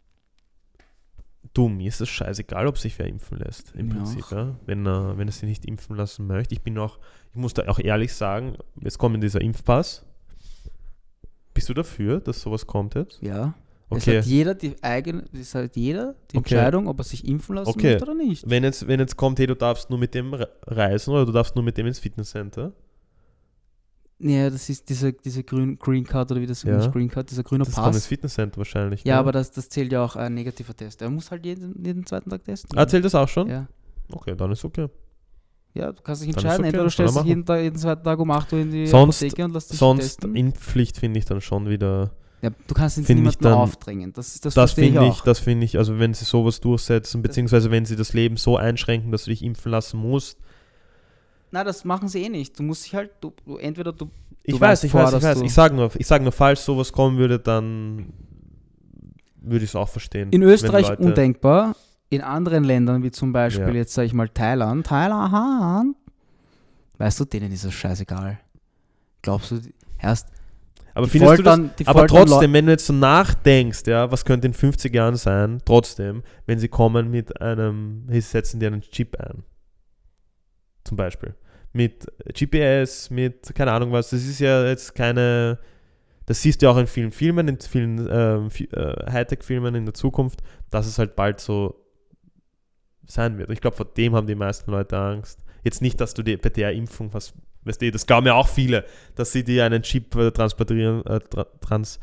du, mir ist es scheißegal, ob sich wer impfen lässt, im Ja. Prinzip. Ja? Wenn, er, wenn er sich nicht impfen lassen möchte. Ich bin auch, ich muss da auch ehrlich sagen, jetzt kommt dieser Impfpass. Bist du dafür, dass sowas kommt jetzt? Ja. Okay. Es hat jeder die eigene, es hat jeder die Okay. Entscheidung, ob er sich impfen lassen Okay. möchte oder nicht. Wenn jetzt, wenn jetzt kommt, hey, du darfst nur mit dem re- reisen oder du darfst nur mit dem ins Fitnesscenter. Ja, das ist diese, diese Grün, Green Card oder wie das Ja. nicht Green Card, dieser grüne Das kommt ins Pass. Fitnesscenter wahrscheinlich. Ja, ne? aber das, das zählt ja auch ein negativer Test. Er muss halt jeden, jeden zweiten Tag testen. Ah, zählt das auch schon? Ja. Okay, dann ist okay. Ja, du kannst dich Dann ist entscheiden. okay, Entweder du stellst soll er dich jeden, Tag, jeden zweiten Tag um acht Uhr in die Sonst- Apotheke und lässt dich Sonst testen. Impfpflicht finde ich dann schon wieder. Ja, du kannst ihn find ich niemandem dann- aufdrängen. Das, das, Das verstehe finde ich ich, auch. das finde ich, also wenn sie sowas durchsetzen, beziehungsweise wenn sie das Leben so einschränken, dass du dich impfen lassen musst. Nein, das machen sie eh nicht. Du musst dich halt, du, du entweder du. Ich Du weiß, weißt ich vor, weiß, ich dass weiß. du- Ich sage nur, ich sag nur, falls sowas kommen würde, dann würde ich es auch verstehen. In wenn Österreich Leute- undenkbar. In anderen Ländern, wie zum Beispiel Ja. jetzt sage ich mal Thailand, Thailand, weißt du, denen ist das scheißegal. Glaubst du, erst Aber die findest du das, foltern- die aber foltern trotzdem, wenn du jetzt so nachdenkst, ja, was könnte in fünfzig Jahren sein, trotzdem, wenn sie kommen mit einem, sie setzen dir einen Chip ein. Zum Beispiel. Mit G P S, mit, keine Ahnung was, das ist ja jetzt keine, das siehst du auch in vielen Filmen, in vielen ähm, fi- äh, Hightech-Filmen in der Zukunft, dass es halt bald so sein wird. Ich glaube, vor dem haben die meisten Leute Angst. Jetzt nicht, dass du die, bei der Impfung was, weißt du, das glauben ja auch viele, dass sie dir einen Chip äh, transportieren, äh, tra trans,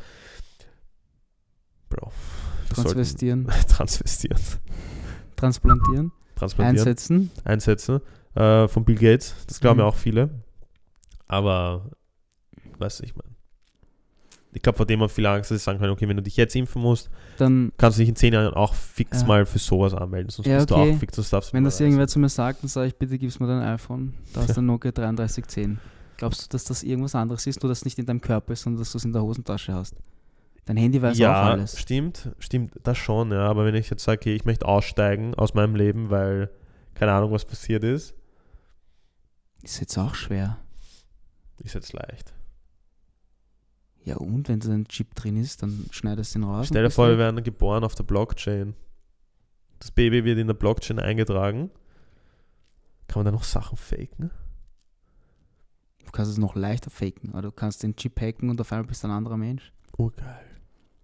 Bro. wir sollten- transvestieren, transvestieren, transplantieren, transplantieren, einsetzen. einsetzen, äh, von Bill Gates, das glauben ja Mhm. auch viele, aber, weißt du, ich meine, ich glaube, vor dem haben viele Angst, dass sie sagen können, okay, wenn du dich jetzt impfen musst, Dann, kannst du dich in zehn Jahren auch fix Ja. mal für sowas anmelden, sonst Ja, bist okay. du auch fix, sonst darfst du wenn mal das reisen. irgendwer zu mir sagt, dann sage ich, bitte gib's mir dein iPhone. Da hast du ein Nokia dreiunddreißig zehn. Glaubst du, dass das irgendwas anderes ist, nur dass es nicht in deinem Körper ist, sondern dass du es in der Hosentasche hast? Dein Handy weiß ja, auch alles. stimmt, stimmt, das schon, ja, aber wenn ich jetzt sage, okay, ich möchte aussteigen aus meinem Leben, weil keine Ahnung, was passiert ist, Ist jetzt auch schwer. ist jetzt leicht. Ja, und wenn da ein Chip drin ist, dann schneidest du ihn raus. Stell und dir bist vor, wir weg. werden geboren auf der Blockchain. Das Baby wird in der Blockchain eingetragen. Kann man da noch Sachen faken? Du kannst es noch leichter faken, aber du kannst den Chip hacken und auf einmal bist du ein anderer Mensch. Oh, geil.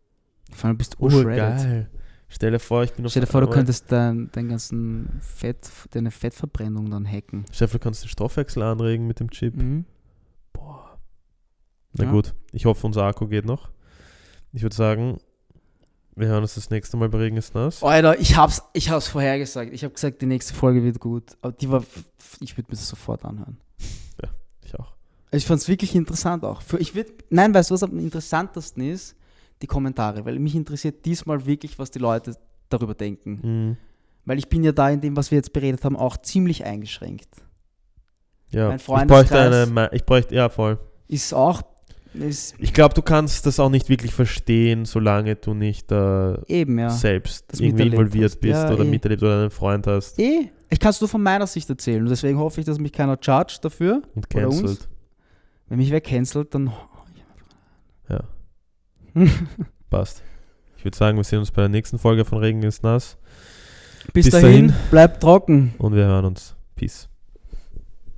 Vor allem bist du Oh, shredded. geil. Stell dir vor, ich bin auf Stell dir vor, du einmal- könntest dein, dein ganzen Fett, deine Fettverbrennung dann hacken. Stell dir vor, du kannst den Stoffwechsel anregen mit dem Chip. Mhm. Boah. Na Ja. gut, ich hoffe, unser Akku geht noch. Ich würde sagen, wir hören uns das nächste Mal bei Regen ist nass. Alter, ich hab's, ich hab's vorhergesagt. Ich habe gesagt, die nächste Folge wird gut. Aber die war, ich würde mir das sofort anhören. Ich auch. Ich fand's wirklich interessant auch. Für, ich würd, nein, weißt du, was am interessantesten ist? Die Kommentare, weil mich interessiert diesmal wirklich, was die Leute darüber denken. Mhm. Weil ich bin ja da in dem, was wir jetzt beredet haben, auch ziemlich eingeschränkt. Ja, Mein ich bräuchte Freundeskreis- eine, Me- ich bräuchte, ja voll. Ist auch, ist Ich glaube, du kannst das auch nicht wirklich verstehen, solange du nicht äh, eben, ja. selbst Das irgendwie miterlebt involviert hast. bist Ja, oder eh. miterlebt oder einen Freund hast Eh, ich kann es nur von meiner Sicht erzählen. Und deswegen hoffe ich, dass mich keiner judgt dafür. und Oder uns. cancelt. Wenn mich wer cancelt, dann Ja, passt. Ich würde sagen, wir sehen uns bei der nächsten Folge von Regen ist nass bis, Bis dahin, dahin. bleibt trocken. und wir hören uns. Peace.